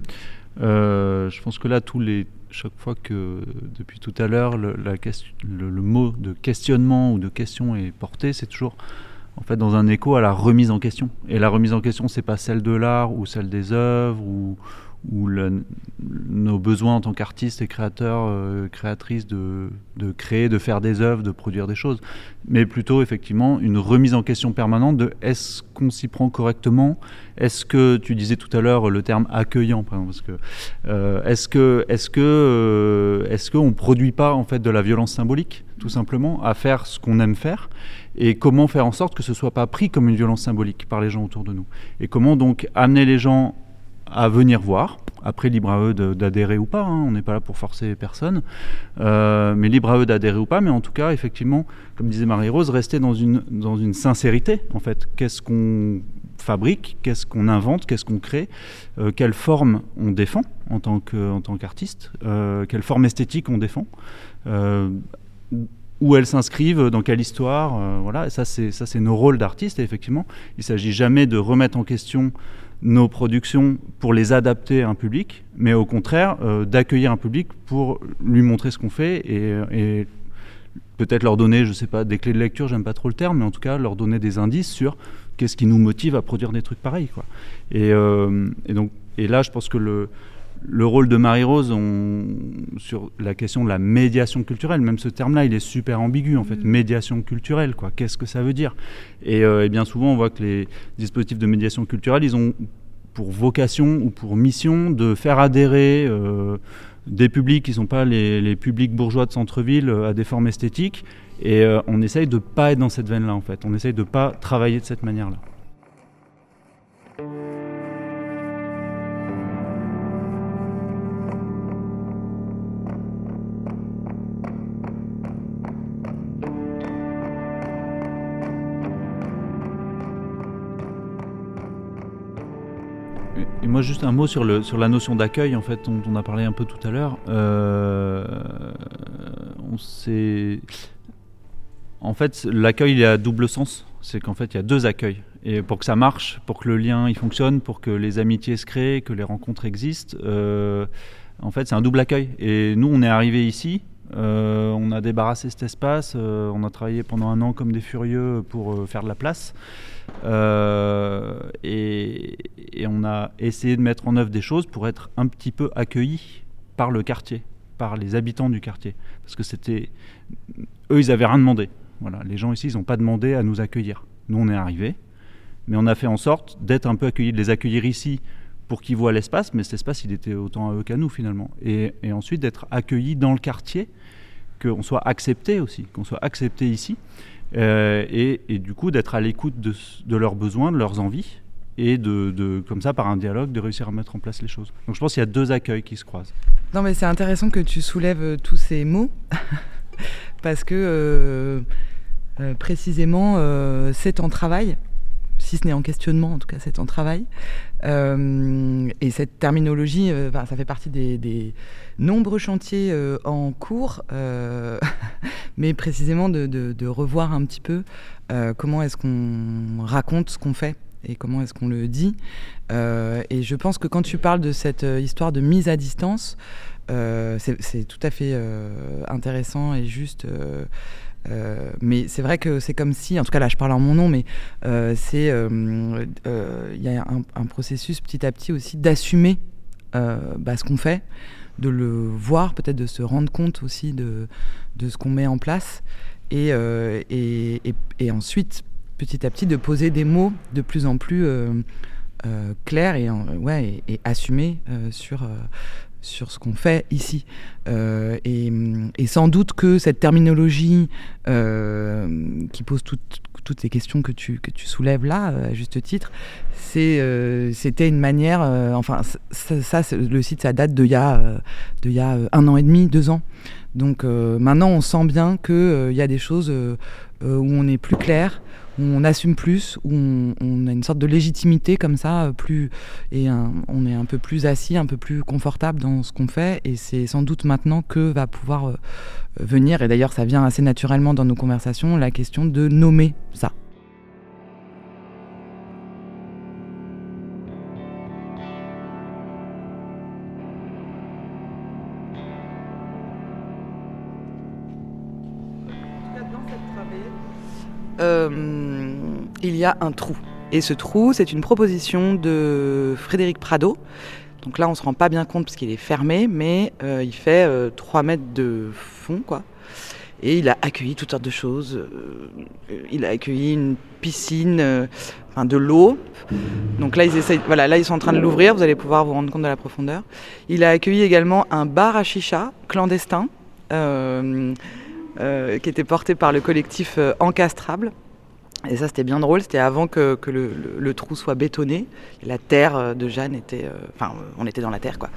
D: euh, je pense que là, tous les, chaque fois que depuis tout à l'heure, le, la, le, le mot de questionnement ou de question est porté, c'est toujours en fait dans un écho à la remise en question. Et la remise en question, c'est pas celle de l'art ou celle des œuvres ou ou le, nos besoins en tant qu'artistes et créateurs, euh, créatrices de, de créer, de faire des œuvres, de produire des choses, mais plutôt effectivement une remise en question permanente de est-ce qu'on s'y prend correctement, est-ce que, tu disais tout à l'heure le terme accueillant, par exemple, parce que, euh, est-ce que, est-ce que, euh, est-ce qu'on produit pas en fait de la violence symbolique, tout simplement, à faire ce qu'on aime faire, et comment faire en sorte que ce soit pas pris comme une violence symbolique par les gens autour de nous, et comment donc amener les gens à venir voir, après libre à eux de, d'adhérer ou pas, hein, on n'est pas là pour forcer personne, euh, mais libre à eux d'adhérer ou pas, mais en tout cas, effectivement, comme disait Marie-Rose, rester dans une, dans une sincérité, en fait. Qu'est-ce qu'on fabrique, qu'est-ce qu'on invente, qu'est-ce qu'on crée, euh, quelle forme on défend en tant, que, en tant qu'artiste, euh, quelle forme esthétique on défend, euh, où elles s'inscrivent, dans quelle histoire, euh, voilà, et ça c'est, ça c'est nos rôles d'artistes, et effectivement, il ne s'agit jamais de remettre en question nos productions pour les adapter à un public, mais au contraire euh, d'accueillir un public pour lui montrer ce qu'on fait et, et peut-être leur donner, je sais pas, des clés de lecture, j'aime pas trop le terme, mais en tout cas leur donner des indices sur qu'est-ce qui nous motive à produire des trucs pareils, quoi. Et, euh, et donc, et là, je pense que le le rôle de Marie-Rose on, sur la question de la médiation culturelle, même ce terme-là, il est super ambigu en fait, mmh. médiation culturelle, quoi. Qu'est-ce que ça veut dire ? et, euh, et bien souvent, on voit que les dispositifs de médiation culturelle, ils ont pour vocation ou pour mission de faire adhérer euh, des publics qui ne sont pas les, les publics bourgeois de centre-ville euh, à des formes esthétiques, et euh, on essaye de ne pas être dans cette veine-là en fait, on essaye de ne pas travailler de cette manière-là. Et moi, juste un mot sur, le, sur la notion d'accueil, en fait, dont on a parlé un peu tout à l'heure. Euh, on s'est... En fait, l'accueil, il est à double sens. C'est qu'en fait, il y a deux accueils. Et pour que ça marche, pour que le lien il fonctionne, pour que les amitiés se créent, que les rencontres existent, euh, en fait, c'est un double accueil. Et nous, on est arrivés ici, euh, on a débarrassé cet espace, euh, on a travaillé pendant un an comme des furieux pour euh, faire de la place. Euh, et, et on a essayé de mettre en œuvre des choses pour être un petit peu accueillis par le quartier, par les habitants du quartier. Parce que c'était... Eux, ils n'avaient rien demandé. Voilà, les gens ici, ils n'ont pas demandé à nous accueillir. Nous, on est arrivés, mais on a fait en sorte d'être un peu accueillis, de les accueillir ici pour qu'ils voient l'espace, mais cet espace, il était autant à eux qu'à nous, finalement. Et, et ensuite, d'être accueillis dans le quartier, qu'on soit accepté aussi, qu'on soit accepté ici. euh, et, et du coup d'être à l'écoute de, de leurs besoins, de leurs envies, et de, de, comme ça, par un dialogue, de réussir à mettre en place les choses. Donc je pense qu'il y a deux accueils qui se croisent.
A: Non, mais c'est intéressant que tu soulèves euh, tous ces mots, parce que euh, euh, précisément, euh, c'est en travail, si ce n'est en questionnement, en tout cas, c'est en travail. Euh, et cette terminologie, euh, ben, ça fait partie des, des nombreux chantiers euh, en cours, euh, mais précisément de, de, de revoir un petit peu euh, comment est-ce qu'on raconte ce qu'on fait et comment est-ce qu'on le dit. Euh, et je pense que quand tu parles de cette euh, histoire de mise à distance, euh, c'est, c'est tout à fait euh, intéressant et juste. Euh, euh, mais c'est vrai que c'est comme si, en tout cas là je parle en mon nom, mais euh, c'est, il euh, euh, y a un, un processus petit à petit aussi d'assumer euh, bah, ce qu'on fait, de le voir, peut-être de se rendre compte aussi de, de ce qu'on met en place, et, euh, et, et, et ensuite petit à petit de poser des mots de plus en plus euh, euh, clairs et, euh, ouais, et, et assumés euh, sur, euh, sur ce qu'on fait ici. Euh, et, et sans doute que cette terminologie euh, qui pose toutes, toutes ces questions que tu, que tu soulèves là, à juste titre, c'est, euh, c'était une manière... Euh, enfin, ça, ça, le site, ça date d'il y a, euh, de y a un an et demi, deux ans. Donc euh, maintenant, on sent bien qu'il euh, y a des choses euh, euh, où on est plus clair, où on assume plus, où on, on a une sorte de légitimité comme ça, plus, et un, on est un peu plus assis, un peu plus confortable dans ce qu'on fait, et c'est sans doute maintenant que va pouvoir euh, venir, et d'ailleurs ça vient assez naturellement dans nos conversations, la question de nommer ça. Euh, il y a un trou. Et ce trou, c'est une proposition de Frédéric Prado. Donc là, on ne se rend pas bien compte parce qu'il est fermé, mais euh, il fait euh, trois mètres de fond, quoi. Et il a accueilli toutes sortes de choses. Euh, il a accueilli une piscine, euh, enfin de l'eau. Donc là ils, essayent, voilà, là, ils sont en train de l'ouvrir, vous allez pouvoir vous rendre compte de la profondeur. Il a accueilli également un bar à chicha clandestin, euh, Euh, qui était porté par le collectif euh, Encastrable. Et ça, c'était bien drôle. C'était avant que, que le, le, le trou soit bétonné. Et la terre de Jeanne était... Enfin, euh, on était dans la terre, quoi.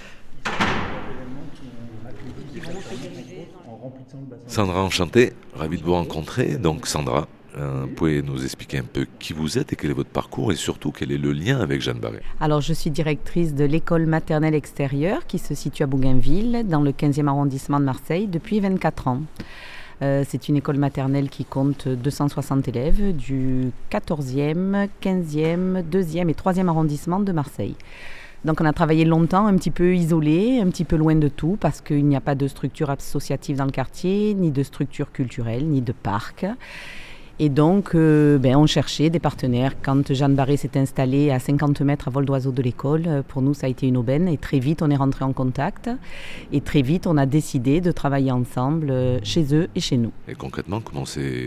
C: Sandra, enchantée. Ravi de vous rencontrer. Donc, Sandra, euh, vous pouvez nous expliquer un peu qui vous êtes et quel est votre parcours et surtout quel est le lien avec Jeanne Barré.
I: Alors, je suis directrice de l'école maternelle extérieure qui se situe à Bougainville, dans le quinzième arrondissement de Marseille, depuis vingt-quatre ans. Euh, c'est une école maternelle qui compte deux cent soixante élèves du quatorzième, quinzième, deuxième et troisième arrondissement de Marseille. Donc on a travaillé longtemps un petit peu isolé, un petit peu loin de tout, parce qu'il n'y a pas de structure associative dans le quartier, ni de structure culturelle, ni de parc. Et donc, euh, ben, on cherchait des partenaires. Quand Jeanne Barré s'est installée à cinquante mètres à vol d'oiseau de l'école, pour nous, ça a été une aubaine. Et très vite, on est rentré en contact. Et très vite, on a décidé de travailler ensemble euh, chez eux et chez nous.
C: Et concrètement, comment s'est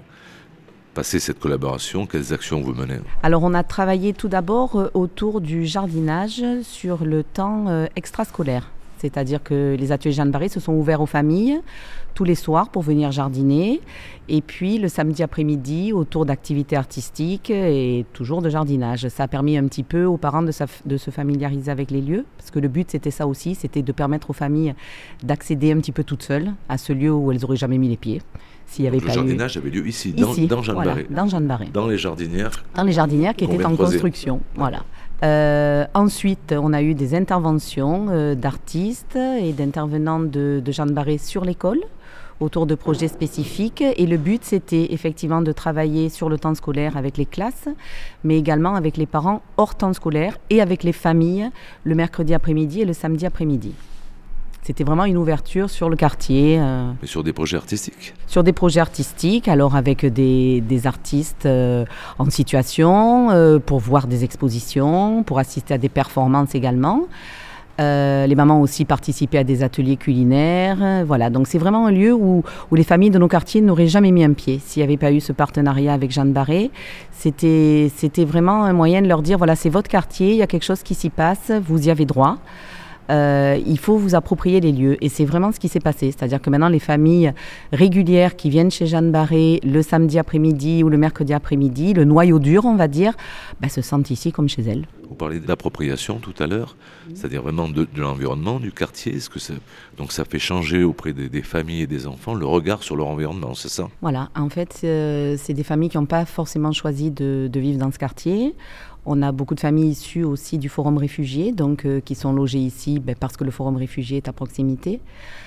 C: passée cette collaboration? Quelles actions vous menez?
I: Alors, on a travaillé tout d'abord euh, autour du jardinage sur le temps euh, extrascolaire. C'est-à-dire que les ateliers Jeanne Barré se sont ouverts aux familles tous les soirs pour venir jardiner. Et puis le samedi après-midi, autour d'activités artistiques et toujours de jardinage. Ça a permis un petit peu aux parents de, sa, de se familiariser avec les lieux. Parce que le but, c'était ça aussi, c'était de permettre aux familles d'accéder un petit peu toutes seules à ce lieu où elles n'auraient jamais mis les pieds. S'il y avait
C: le
I: pas
C: jardinage
I: eu...
C: avait lieu ici,
I: ici
C: dans, dans Jeanne
I: voilà,
C: Barré.
I: Dans Jeanne Barré.
C: Dans les jardinières.
I: Dans les jardinières qui étaient en construction. Voilà. Euh, ensuite, on a eu des interventions euh, d'artistes et d'intervenants de, de Jeanne Barré sur l'école autour de projets spécifiques. Et le but, c'était effectivement de travailler sur le temps scolaire avec les classes, mais également avec les parents hors temps scolaire et avec les familles le mercredi après-midi et le samedi après-midi. C'était vraiment une ouverture sur le quartier. Euh,
C: Mais sur des projets artistiques
I: Sur des projets artistiques, alors avec des, des artistes euh, en situation, euh, pour voir des expositions, pour assister à des performances également. Euh, les mamans aussi participaient à des ateliers culinaires. Euh, voilà, donc c'est vraiment un lieu où, où les familles de nos quartiers n'auraient jamais mis un pied. S'il n'y avait pas eu ce partenariat avec Jeanne Barré, c'était, c'était vraiment un moyen de leur dire, voilà, c'est votre quartier, il y a quelque chose qui s'y passe, vous y avez droit. euh, il faut vous approprier les lieux. Et c'est vraiment ce qui s'est passé. C'est-à-dire que maintenant, les familles régulières qui viennent chez Jeanne Barré le samedi après-midi ou le mercredi après-midi, le noyau dur, on va dire, bah, se sentent ici comme chez elles.
C: Vous parlez d'appropriation tout à l'heure, c'est-à-dire vraiment de, de l'environnement, du quartier. Est-ce que ça, donc ça fait changer auprès des, des familles et des enfants le regard sur leur environnement, c'est ça?
I: Voilà, en fait, euh, c'est des familles qui n'ont pas forcément choisi de, de vivre dans ce quartier. On a beaucoup de familles issues aussi du Forum Réfugié, donc euh, qui sont logées ici ben, parce que le Forum Réfugié est à proximité.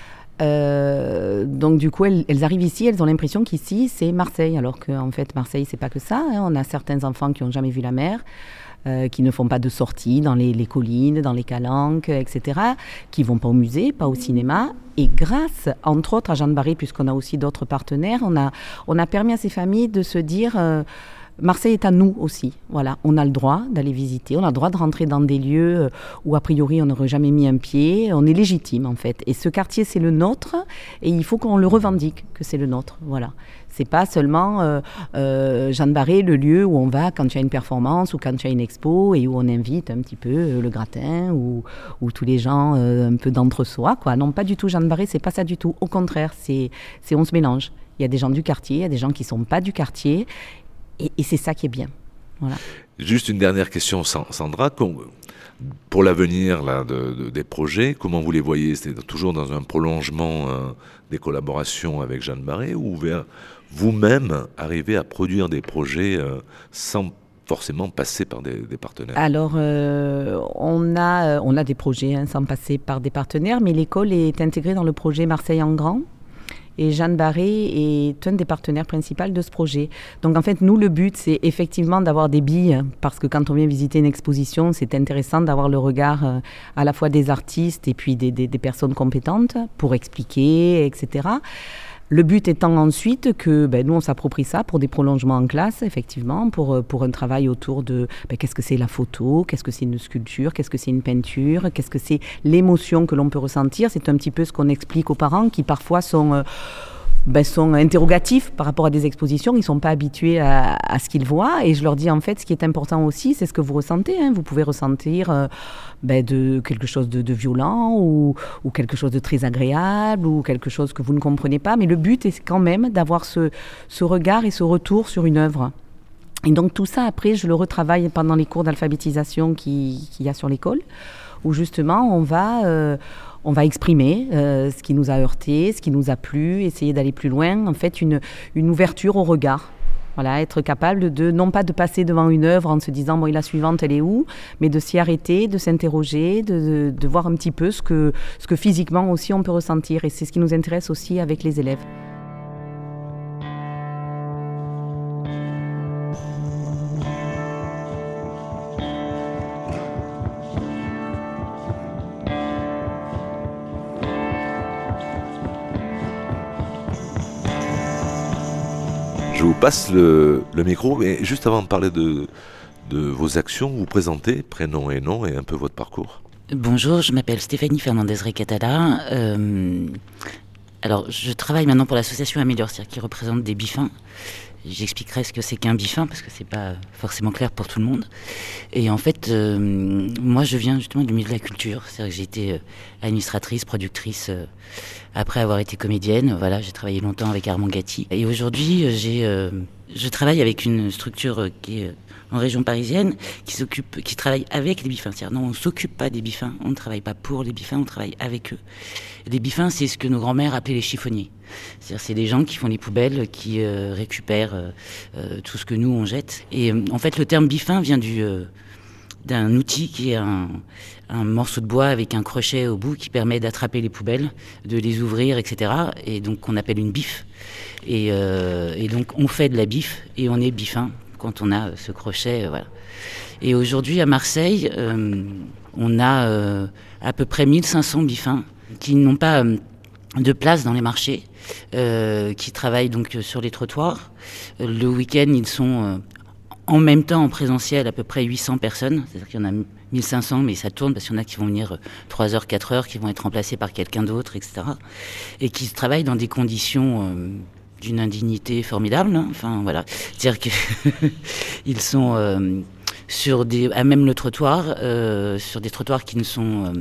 I: Euh, donc du coup, elles, elles arrivent ici, elles ont l'impression qu'ici c'est Marseille, alors qu'en fait Marseille c'est pas que ça. Hein. On a certains enfants qui n'ont jamais vu la mer. Euh, qui ne font pas de sorties dans les, les collines, dans les calanques, et cetera, qui ne vont pas au musée, pas au cinéma. Et grâce, entre autres, à Jeanne Barré, puisqu'on a aussi d'autres partenaires, on a, on a permis à ces familles de se dire... Euh, Marseille est à nous aussi. Voilà, on a le droit d'aller visiter, on a le droit de rentrer dans des lieux où a priori on n'aurait jamais mis un pied. On est légitime en fait. Et ce quartier c'est le nôtre et il faut qu'on le revendique que c'est le nôtre. Voilà. C'est pas seulement euh, euh, Jeanne Barré, le lieu où on va quand il y a une performance ou quand il y a une expo et où on invite un petit peu euh, le gratin ou, ou tous les gens euh, un peu d'entre-soi, quoi. Non, pas du tout. Jeanne Barré, c'est pas ça du tout. Au contraire, c'est, c'est on se mélange. Il y a des gens du quartier, il y a des gens qui sont pas du quartier. Et, et c'est ça qui est bien. Voilà.
C: Juste une dernière question, Sandra. Pour l'avenir là, de, de, des projets, comment vous les voyez? C'est toujours dans un prolongement euh, des collaborations avec Jeanne Barré ou vers vous-même arriver à produire des projets euh, sans forcément passer par des, des partenaires? Alors,
I: euh, on, a, on a des projets hein, sans passer par des partenaires, mais l'école est intégrée dans le projet Marseille en grand. Et Jeanne Barré est un des partenaires principaux de ce projet. Donc en fait, nous, le but, c'est effectivement d'avoir des billes, parce que quand on vient visiter une exposition, c'est intéressant d'avoir le regard euh, à la fois des artistes et puis des, des, des personnes compétentes pour expliquer, et cetera. Le but étant ensuite que ben, nous, on s'approprie ça pour des prolongements en classe, effectivement, pour, pour un travail autour de ben, qu'est-ce que c'est la photo, qu'est-ce que c'est une sculpture, qu'est-ce que c'est une peinture, qu'est-ce que c'est l'émotion que l'on peut ressentir. C'est un petit peu ce qu'on explique aux parents qui parfois sont... Euh, Ben, sont interrogatifs par rapport à des expositions, ils ne sont pas habitués à, à ce qu'ils voient et je leur dis en fait ce qui est important aussi c'est ce que vous ressentez, hein. Vous pouvez ressentir euh, ben, de, quelque chose de, de violent ou, ou quelque chose de très agréable ou quelque chose que vous ne comprenez pas, mais le but est quand même d'avoir ce, ce regard et ce retour sur une œuvre. Et donc tout ça après je le retravaille pendant les cours d'alphabétisation qu'il, qu'il y a sur l'école où justement on va... Euh, On va exprimer euh, ce qui nous a heurté, ce qui nous a plu, essayer d'aller plus loin. En fait, une, une ouverture au regard. Voilà, être capable de, non pas de passer devant une œuvre en se disant, bon, et la suivante, elle est où? Mais de s'y arrêter, de s'interroger, de, de, de voir un petit peu ce que, ce que physiquement aussi on peut ressentir. Et c'est ce qui nous intéresse aussi avec les élèves.
C: Je vous passe le, le micro, mais juste avant de parler de, de vos actions, vous présentez prénom et nom et un peu votre parcours.
J: Bonjour, je m'appelle Stéphanie Fernandez-Recatala. Euh, alors, je travaille maintenant pour l'association Améliore, c'est-à-dire qui représente des bifins. J'expliquerai ce que c'est qu'un bifin, parce que c'est pas forcément clair pour tout le monde. Et en fait, euh, moi, je viens justement du milieu de la culture. C'est-à-dire que j'ai été euh, administratrice, productrice, euh, après avoir été comédienne. Voilà, j'ai travaillé longtemps avec Armand Gatti. Et aujourd'hui, j'ai, euh, je travaille avec une structure euh, qui est euh, en région parisienne, qui s'occupe, qui travaille avec les bifins. C'est-à-dire, non, on ne s'occupe pas des bifins, on ne travaille pas pour les bifins, on travaille avec eux. Les bifins, c'est ce que nos grands-mères appelaient les chiffonniers. C'est-à-dire, c'est des gens qui font les poubelles, qui euh, récupèrent euh, euh, tout ce que nous, on jette. Et euh, en fait, le terme bifin vient du, euh, d'un outil qui est un, un morceau de bois avec un crochet au bout qui permet d'attraper les poubelles, de les ouvrir, et cetera. Et donc, qu'on appelle une biffe. Et, euh, et donc, on fait de la biffe et on est bifin quand on a ce crochet, euh, voilà. Et aujourd'hui, à Marseille, euh, on a euh, à peu près mille cinq cents bifins qui n'ont pas euh, de place dans les marchés, euh, qui travaillent donc sur les trottoirs. Le week-end, ils sont euh, en même temps en présentiel à peu près huit cents personnes, c'est-à-dire qu'il y en a mille cinq cents, mais ça tourne parce qu'il y en a qui vont venir trois heures, quatre heures, qui vont être remplacés par quelqu'un d'autre, et cetera. Et qui travaillent dans des conditions... Euh, d'une indignité formidable, hein. Enfin voilà, c'est-à-dire qu'ils sont euh, sur des, à même le trottoir, euh, sur des trottoirs qui ne sont euh,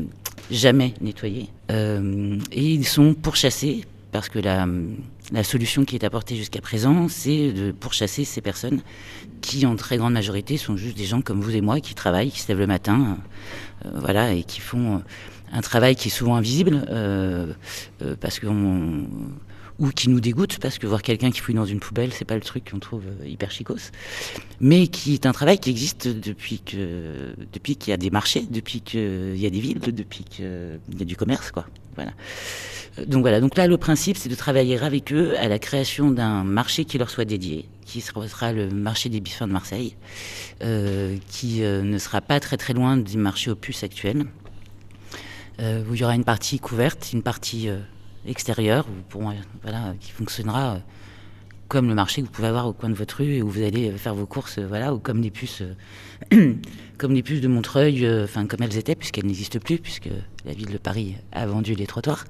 J: jamais nettoyés. Euh, et ils sont pourchassés parce que la, la solution qui est apportée jusqu'à présent, c'est de pourchasser ces personnes qui, en très grande majorité, sont juste des gens comme vous et moi qui travaillent, qui se lèvent le matin, euh, voilà, et qui font un travail qui est souvent invisible, euh, euh, parce qu'on... ou qui nous dégoûte, parce que voir quelqu'un qui fouille dans une poubelle, c'est pas le truc qu'on trouve hyper chicos, mais qui est un travail qui existe depuis que, depuis qu'il y a des marchés, depuis qu'il y a des villes, depuis qu'il y a du commerce, quoi. Voilà. Donc voilà. Donc là, le principe, c'est de travailler avec eux à la création d'un marché qui leur soit dédié, qui sera le marché des Biffins de Marseille, euh, qui euh, ne sera pas très très loin du marché aux puces actuel, euh, où il y aura une partie couverte, une partie euh, extérieur, pour, voilà, qui fonctionnera euh, comme le marché que vous pouvez avoir au coin de votre rue et où vous allez faire vos courses, euh, voilà, ou comme les puces, euh, comme les puces de Montreuil, enfin euh, comme elles étaient, puisqu'elles n'existent plus, puisque la ville de Paris a vendu les trottoirs,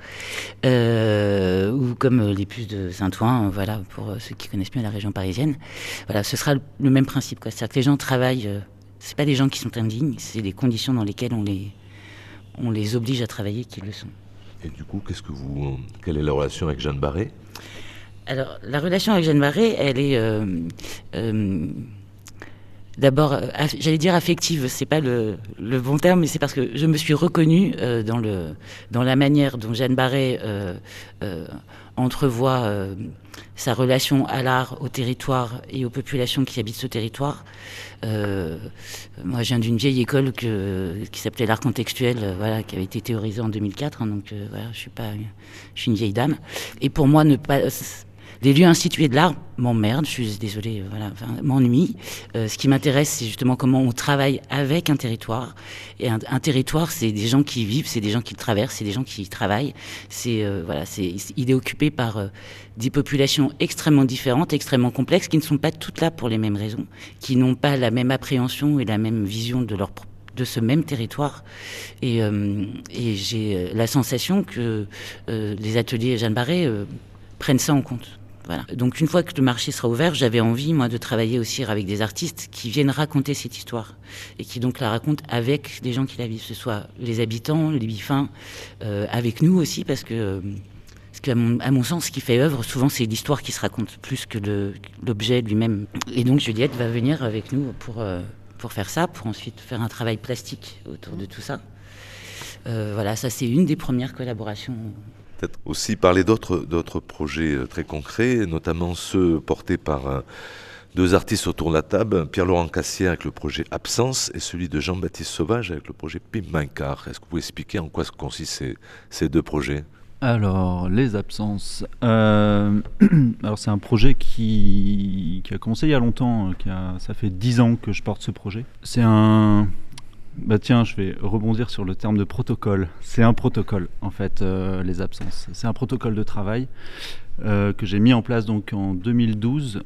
J: euh, ou comme les puces de Saint-Ouen, euh, voilà, pour ceux qui connaissent mieux la région parisienne. Voilà, ce sera le, le même principe, quoi. C'est-à-dire que les gens travaillent, euh, c'est pas des gens qui sont indignes, c'est les conditions dans lesquelles on les, on les oblige à travailler qui le sont.
C: Et du coup, qu'est-ce que vous, quelle est la relation avec Jeanne Barré ?
J: Alors, la relation avec Jeanne Barré, elle est euh, euh, d'abord, aff- j'allais dire affective, c'est pas le, le bon terme, mais c'est parce que je me suis reconnue euh, dans, le, dans la manière dont Jeanne Barré euh, euh, entrevoit euh, sa relation à l'art, au territoire et aux populations qui habitent ce territoire. Euh, moi, je viens d'une vieille école que, qui s'appelait l'art contextuel, euh, voilà, qui avait été théorisée en deux mille quatre, hein, donc euh, voilà, je suis pas, je suis une vieille dame. Et pour moi, ne pas, les lieux institués de l'art m'emmerdent, je suis désolée, voilà, enfin, m'ennuient. Euh, ce qui m'intéresse, c'est justement comment on travaille avec un territoire. Et un, un territoire, c'est des gens qui y vivent, c'est des gens qui le traversent, c'est des gens qui y travaillent. C'est euh, voilà, c'est, il est occupé par euh, des populations extrêmement différentes, extrêmement complexes, qui ne sont pas toutes là pour les mêmes raisons, qui n'ont pas la même appréhension et la même vision de leur de ce même territoire. Et, euh, et j'ai la sensation que euh, les ateliers Jeanne Barré euh, prennent ça en compte. Voilà. Donc une fois que le marché sera ouvert, j'avais envie, moi, de travailler aussi avec des artistes qui viennent raconter cette histoire et qui donc la racontent avec les gens qui la vivent, que ce soit les habitants, les Biffins, euh, avec nous aussi, parce que, euh, parce qu'à mon, à mon sens, ce qui fait œuvre, souvent, c'est l'histoire qui se raconte, plus que le, l'objet lui-même. Et donc Juliette va venir avec nous pour, euh, pour faire ça, pour ensuite faire un travail plastique autour de tout ça. Euh, voilà, ça c'est une des premières collaborations.
C: Peut-être aussi parler d'autres, d'autres projets très concrets, notamment ceux portés par euh, deux artistes autour de la table, Pierre-Laurent Cassière avec le projet Absence et celui de Jean-Baptiste Sauvage avec le projet Pimp-Mincard. Est-ce que vous pouvez expliquer en quoi consistent ces, ces deux projets ?
D: Alors, les absences. Euh, alors, c'est un projet qui, qui a commencé il y a longtemps, qui a, ça fait dix ans que je porte ce projet. C'est un... Bah tiens, je vais rebondir sur le terme de protocole. C'est un protocole, en fait, euh, les absences. C'est un protocole de travail euh, que j'ai mis en place donc en deux mille douze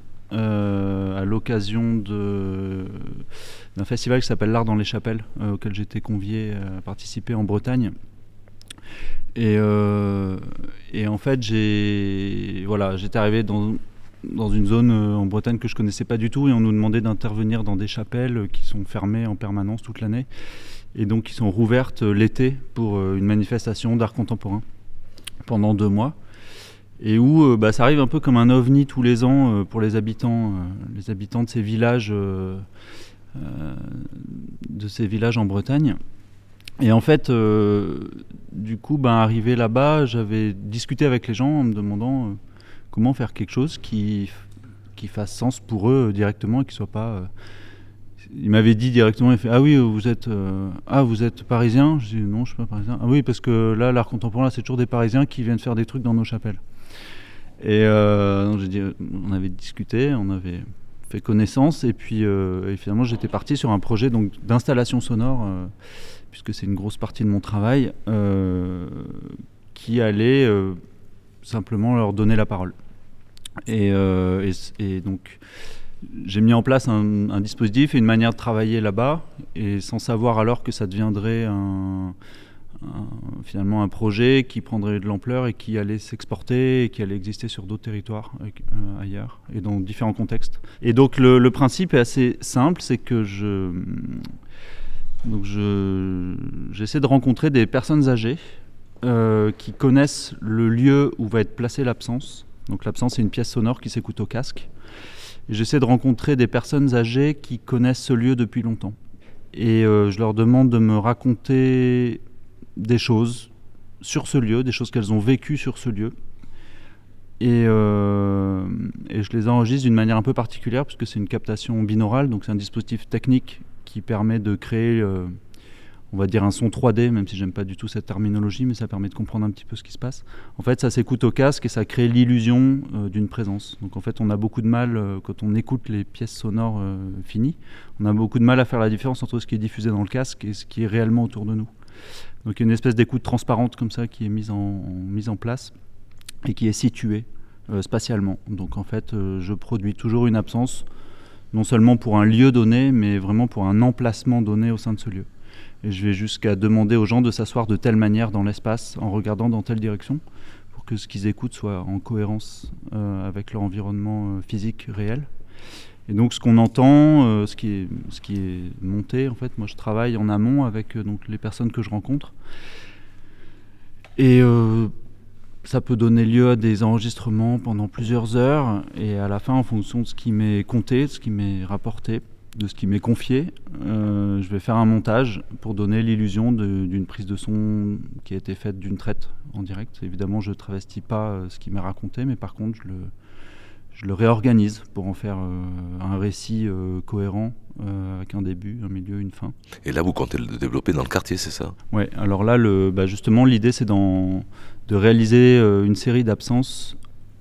D: euh, à l'occasion de, d'un festival qui s'appelle l'Art dans les Chapelles, euh, auquel j'ai été convié à participer en Bretagne. Et, euh, et en fait, j'ai, voilà, j'étais arrivé dans... dans une zone euh, en Bretagne que je connaissais pas du tout et on nous demandait d'intervenir dans des chapelles euh, qui sont fermées en permanence toute l'année et donc qui sont rouvertes euh, l'été pour euh, une manifestation d'art contemporain pendant deux mois et où euh, bah, ça arrive un peu comme un ovni tous les ans euh, pour les habitants, euh, les habitants de ces villages, euh, euh, de ces villages en Bretagne. Et en fait, euh, du coup, ben, arrivé là-bas, j'avais discuté avec les gens en me demandant euh, comment faire quelque chose qui, qui fasse sens pour eux euh, directement et qui soit pas... Euh... Il m'avait dit directement, il fait, ah oui, vous êtes, euh... ah, vous êtes parisien ? Je dis non, je suis pas parisien. Ah oui, parce que là, l'art contemporain, c'est toujours des Parisiens qui viennent faire des trucs dans nos chapelles. Et euh, donc, j'ai dit, on avait discuté, on avait fait connaissance et puis euh, et finalement, j'étais parti sur un projet donc, d'installation sonore, euh, puisque c'est une grosse partie de mon travail, euh, qui allait... Euh, simplement leur donner la parole. Et, euh, et, et donc, j'ai mis en place un, un dispositif et une manière de travailler là-bas, et sans savoir alors que ça deviendrait un, un, finalement un projet qui prendrait de l'ampleur et qui allait s'exporter et qui allait exister sur d'autres territoires euh, ailleurs et dans différents contextes. Et donc, le, le principe est assez simple, c'est que je... Donc je, j'essaie de rencontrer des personnes âgées euh, qui connaissent le lieu où va être placée l'absence. Donc l'absence, c'est une pièce sonore qui s'écoute au casque. Et j'essaie de rencontrer des personnes âgées qui connaissent ce lieu depuis longtemps. Et euh, je leur demande de me raconter des choses sur ce lieu, des choses qu'elles ont vécues sur ce lieu. Et, euh, et je les enregistre d'une manière un peu particulière, parce que c'est une captation binaurale, donc c'est un dispositif technique qui permet de créer, euh, on va dire, un son trois D, même si j'aime pas du tout cette terminologie, mais ça permet de comprendre un petit peu ce qui se passe. En fait, ça s'écoute au casque et ça crée l'illusion euh, d'une présence. Donc en fait, on a beaucoup de mal, euh, quand on écoute les pièces sonores euh, finies, on a beaucoup de mal à faire la différence entre ce qui est diffusé dans le casque et ce qui est réellement autour de nous. Donc il y a une espèce d'écoute transparente comme ça qui est mise en, en, mise en place et qui est située euh, spatialement. Donc en fait, euh, je produis toujours une absence, non seulement pour un lieu donné, mais vraiment pour un emplacement donné au sein de ce lieu. Et je vais jusqu'à demander aux gens de s'asseoir de telle manière dans l'espace, en regardant dans telle direction, pour que ce qu'ils écoutent soit en cohérence euh, avec leur environnement euh, physique réel. Et donc ce qu'on entend, euh, ce, qui est, ce qui est monté, en fait, moi je travaille en amont avec euh, donc, les personnes que je rencontre. Et euh, ça peut donner lieu à des enregistrements pendant plusieurs heures. Et à la fin, en fonction de ce qui m'est compté, de ce qui m'est rapporté, de ce qui m'est confié, euh, je vais faire un montage pour donner l'illusion de, d'une prise de son qui a été faite d'une traite en direct. Évidemment, je ne travestis pas euh, ce qui m'est raconté, mais par contre, je le... Je le réorganise pour en faire euh, un récit euh, cohérent euh, avec un début, un milieu, une fin.
C: Et là, vous comptez le développer dans le quartier, c'est ça ?
D: Oui, alors là, le, bah justement, l'idée, c'est d'en, de réaliser euh, une série d'absences,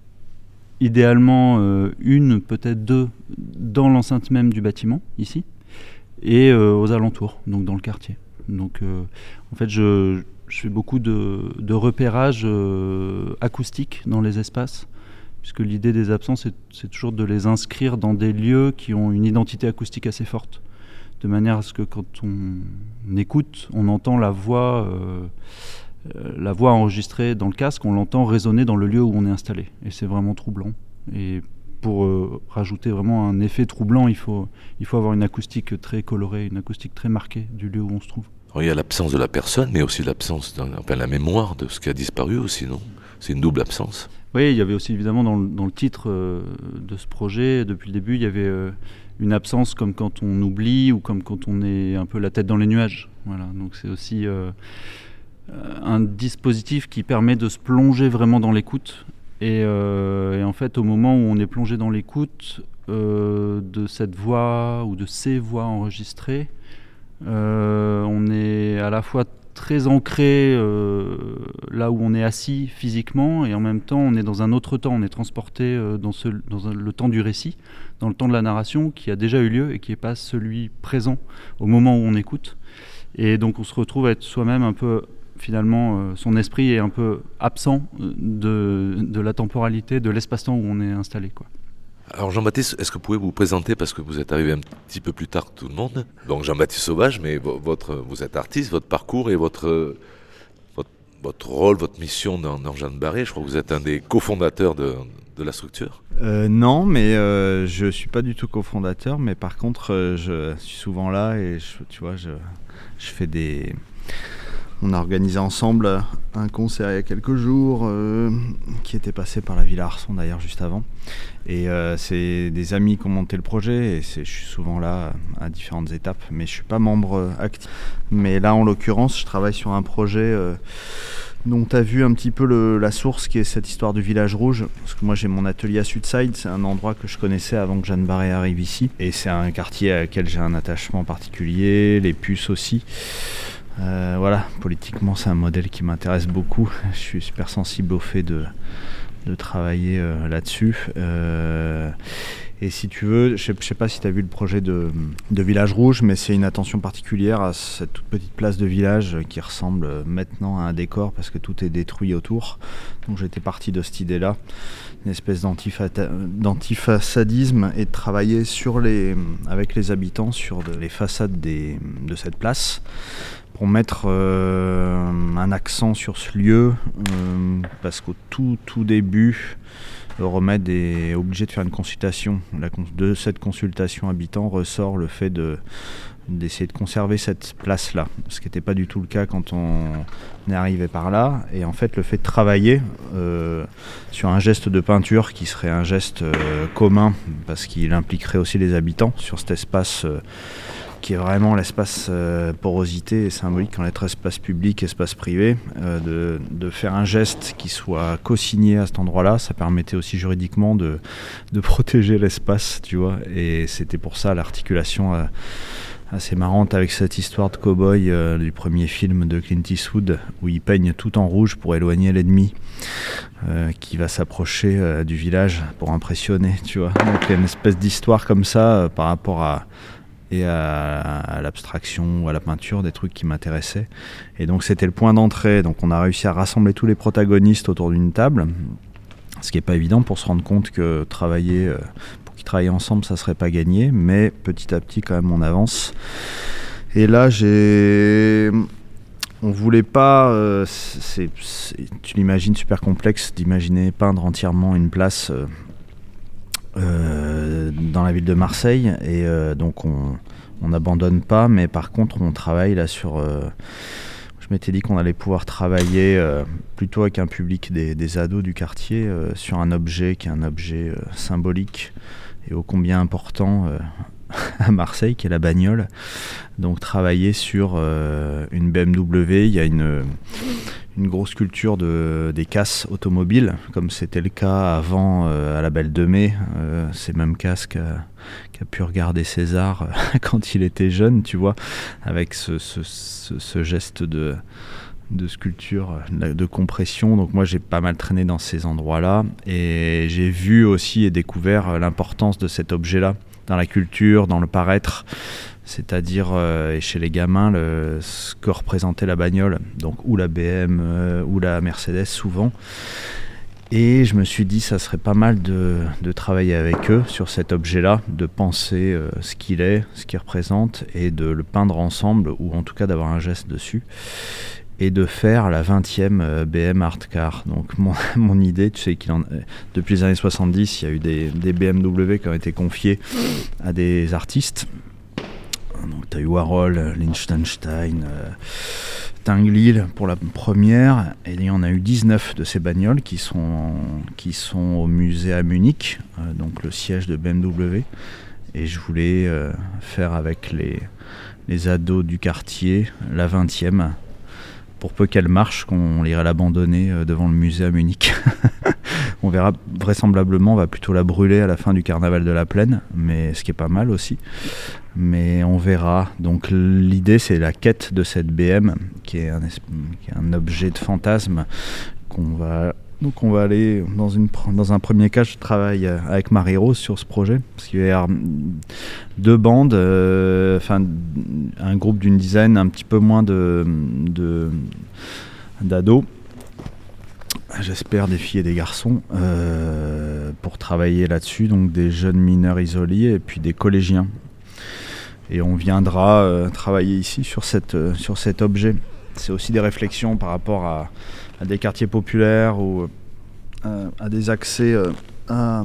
D: idéalement euh, une, peut-être deux, dans l'enceinte même du bâtiment, ici, et euh, aux alentours, donc dans le quartier. Donc, euh, en fait, je, je fais beaucoup de, de repérage euh, acoustique dans les espaces, puisque l'idée des absences, c'est, c'est toujours de les inscrire dans des lieux qui ont une identité acoustique assez forte, de manière à ce que quand on écoute, on entend la voix, euh, euh, la voix enregistrée dans le casque, on l'entend résonner dans le lieu où on est installé. Et c'est vraiment troublant. Et pour euh, rajouter vraiment un effet troublant, il faut, il faut avoir une acoustique très colorée, une acoustique très marquée du lieu où on se trouve.
C: Alors, il y a l'absence de la personne, mais aussi l'absence, de, enfin, la mémoire de ce qui a disparu aussi, non ? C'est une double absence.
D: Oui, il y avait aussi évidemment dans le, dans le titre euh, de ce projet, depuis le début, il y avait euh, une absence comme quand on oublie ou comme quand on est un peu la tête dans les nuages. Voilà, donc c'est aussi euh, un dispositif qui permet de se plonger vraiment dans l'écoute. Et, euh, et en fait, au moment où on est plongé dans l'écoute euh, de cette voix ou de ces voix enregistrées, euh, on est à la fois très ancré euh, là où on est assis physiquement, et en même temps on est dans un autre temps, on est transporté euh, dans, ce, dans un, le temps du récit, dans le temps de la narration qui a déjà eu lieu et qui n'est pas celui présent au moment où on écoute. Et donc on se retrouve à être soi-même un peu, finalement, euh, son esprit est un peu absent de, de la temporalité, de l'espace-temps où on est installé, quoi.
C: Alors Jean-Baptiste, est-ce que vous pouvez vous présenter, parce que vous êtes arrivé un petit peu plus tard que tout le monde. Donc Jean-Baptiste Sauvage, mais votre, vous êtes artiste, votre parcours et votre, votre, votre rôle, votre mission dans, dans Jeanne Barré, je crois que vous êtes un des cofondateurs de, de la structure.
K: Euh, non, mais euh, je ne suis pas du tout cofondateur, mais par contre, euh, je suis souvent là et je, tu vois, je, je fais des... On a organisé ensemble un concert il y a quelques jours euh, qui était passé par la Villa Arson d'ailleurs juste avant. Et euh, c'est des amis qui ont monté le projet et c'est, je suis souvent là à différentes étapes, mais je ne suis pas membre actif. Mais là en l'occurrence, je travaille sur un projet euh, dont tu as vu un petit peu le, la source, qui est cette histoire du village rouge. Parce que moi j'ai mon atelier à Sudside, c'est un endroit que je connaissais avant que Jeanne Barré arrive ici. Et c'est un quartier auquel j'ai un attachement particulier, les puces aussi. Euh, voilà, politiquement c'est un modèle qui m'intéresse beaucoup. Je suis super sensible au fait de, de travailler euh, là-dessus. Euh, et si tu veux, je ne sais pas si tu as vu le projet de, de Village Rouge, mais c'est une attention particulière à cette toute petite place de village qui ressemble maintenant à un décor parce que tout est détruit autour. Donc j'étais parti de cette idée-là, une espèce d'antifata- d'antifaçadisme, et de travailler sur les, avec les habitants sur de, les façades des, de cette place, pour mettre euh, un accent sur ce lieu, euh, parce qu'au tout tout début, Euromède est obligé de faire une consultation. La, de cette consultation habitant ressort le fait de, d'essayer de conserver cette place-là, ce qui n'était pas du tout le cas quand on est arrivé par là. Et en fait, le fait de travailler euh, sur un geste de peinture qui serait un geste euh, commun, parce qu'il impliquerait aussi les habitants sur cet espace euh, qui est vraiment l'espace euh, porosité et symbolique entre espace public et espace privé, euh, de, de faire un geste qui soit co-signé à cet endroit-là, ça permettait aussi juridiquement de, de protéger l'espace, tu vois, et c'était pour ça l'articulation euh, assez marrante avec cette histoire de cow-boy euh, du premier film de Clint Eastwood, où il peigne tout en rouge pour éloigner l'ennemi euh, qui va s'approcher euh, du village pour impressionner, tu vois. Donc il y a une espèce d'histoire comme ça euh, par rapport à et à, à l'abstraction ou à la peinture, des trucs qui m'intéressaient. Et donc c'était le point d'entrée. Donc on a réussi à rassembler tous les protagonistes autour d'une table, ce qui n'est pas évident pour se rendre compte que travailler, pour qu'ils travaillent ensemble, ça ne serait pas gagné, mais petit à petit quand même on avance. Et là j'ai... On voulait pas, euh, c'est, c'est, tu l'imagines super complexe d'imaginer peindre entièrement une place euh, Euh, dans la ville de Marseille, et euh, donc on n'abandonne pas, mais par contre on travaille là sur euh, je m'étais dit qu'on allait pouvoir travailler euh, plutôt avec un public des, des ados du quartier euh, sur un objet qui est un objet euh, symbolique et ô combien important euh, à Marseille, qui est la bagnole. Donc travailler sur euh, une B M W, il y a une une grosse culture de, des casses automobiles, comme c'était le cas avant euh, à la Belle de Mai, euh, ces mêmes casses qu'a, qu'a pu regarder César euh, quand il était jeune, tu vois, avec ce, ce, ce, ce geste de, de sculpture, de compression. Donc moi j'ai pas mal traîné dans ces endroits-là, et j'ai vu aussi et découvert l'importance de cet objet-là dans la culture, dans le paraître, c'est-à-dire euh, et chez les gamins le, ce que représentait la bagnole, donc ou la B M euh, ou la Mercedes souvent. Et je me suis dit ça serait pas mal de, de travailler avec eux sur cet objet-là, de penser euh, ce qu'il est, ce qu'il représente, et de le peindre ensemble, ou en tout cas d'avoir un geste dessus, et de faire la vingtième B M Art Car. Donc mon, mon idée, tu sais qu'il en, depuis les années soixante-dix, il y a eu des, des B M W qui ont été confiés à des artistes. Donc tu as eu Warhol, Liechtenstein, euh, Tinguely pour la première, et il y en a eu dix-neuf de ces bagnoles qui sont, qui sont au musée à Munich, euh, donc le siège de B M W. Et je voulais euh, faire avec les, les ados du quartier la vingtième, pour peu qu'elle marche, qu'on irait l'abandonner euh, devant le musée à Munich. On verra, vraisemblablement, on va plutôt la brûler à la fin du carnaval de la Plaine, mais ce qui est pas mal aussi. Mais on verra. Donc l'idée, c'est la quête de cette B M, qui est un, qui est un objet de fantasme qu'on va... Donc on va aller, dans, une, dans un premier cas, je travaille avec Marie-Rose sur ce projet, parce qu'il y a deux bandes, euh, enfin un groupe d'une dizaine, un petit peu moins de, de, d'ados, j'espère des filles et des garçons, euh, pour travailler là-dessus, donc des jeunes mineurs isolés et puis des collégiens. Et on viendra euh, travailler ici sur, cette, euh, sur cet objet. C'est aussi des réflexions par rapport à, à des quartiers populaires ou euh, à des accès euh, à,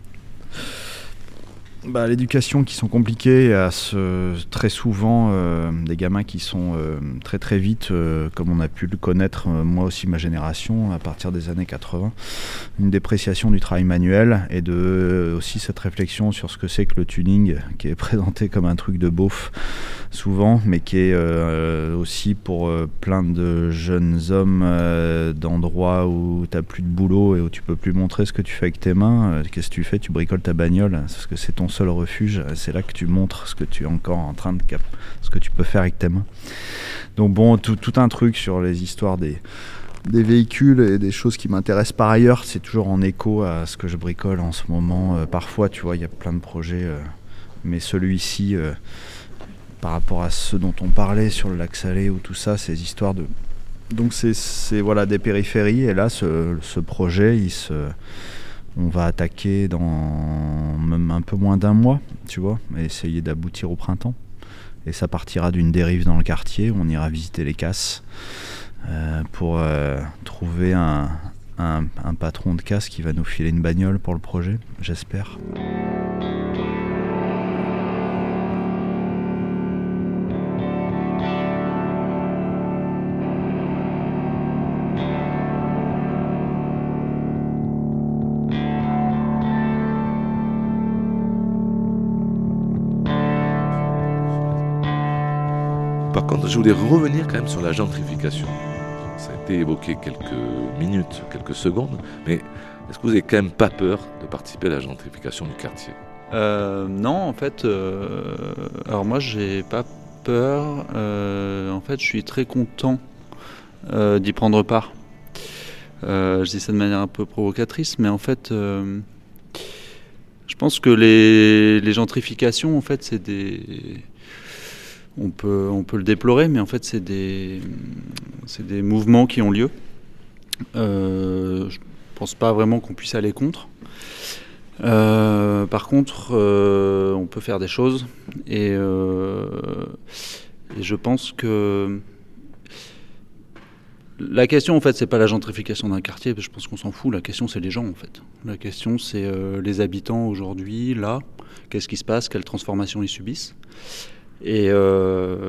K: bah, à l'éducation qui sont compliqués, à ce, très souvent euh, des gamins qui sont euh, très très vite, euh, comme on a pu le connaître, euh, moi aussi ma génération, à partir des années quatre-vingts, une dépréciation du travail manuel, et de euh, aussi cette réflexion sur ce que c'est que le tuning, qui est présenté comme un truc de beauf souvent, mais qui est euh, aussi pour euh, plein de jeunes hommes euh, d'endroits où tu n'as plus de boulot et où tu peux plus montrer ce que tu fais avec tes mains. Euh, qu'est-ce que tu fais? Tu bricoles ta bagnole, parce que c'est ton seul refuge, c'est là que tu montres ce que tu es encore en train de cap- ce que tu peux faire avec tes mains. Donc bon, tout, tout un truc sur les histoires des, des véhicules et des choses qui m'intéressent par ailleurs, c'est toujours en écho à ce que je bricole en ce moment. Euh, parfois, tu vois, il y a plein de projets, euh, mais celui-ci, euh, par rapport à ceux dont on parlait sur le lac Salé ou tout ça, ces histoires de... Donc c'est, c'est voilà, des périphéries, et là, ce, ce projet, il se... on va attaquer dans même un peu moins d'un mois, tu vois, et essayer d'aboutir au printemps. Et ça partira d'une dérive dans le quartier, où on ira visiter les casses euh, pour euh, trouver un, un, un patron de casse qui va nous filer une bagnole pour le projet, j'espère.
C: Par contre, je voulais revenir quand même sur la gentrification. Ça a été évoqué quelques minutes, quelques secondes, mais est-ce que vous n'avez quand même pas peur de participer à la gentrification du quartier ?
D: euh, Non, en fait, euh, alors moi, j'ai pas peur. Euh, en fait, je suis très content euh, d'y prendre part. Euh, je dis ça de manière un peu provocatrice, mais en fait, euh, je pense que les, les gentrifications, en fait, c'est des... On peut, on peut le déplorer, mais en fait, c'est des, c'est des mouvements qui ont lieu. Euh, je ne pense pas vraiment qu'on puisse aller contre. Euh, par contre, euh, on peut faire des choses. Et, euh, et je pense que la question, en fait, c'est pas la gentrification d'un quartier. Je pense qu'on s'en fout. La question, c'est les gens, en fait. La question, c'est euh, les habitants aujourd'hui, là. Qu'est-ce qui se passe ? Quelles transformations ils subissent ? Et euh,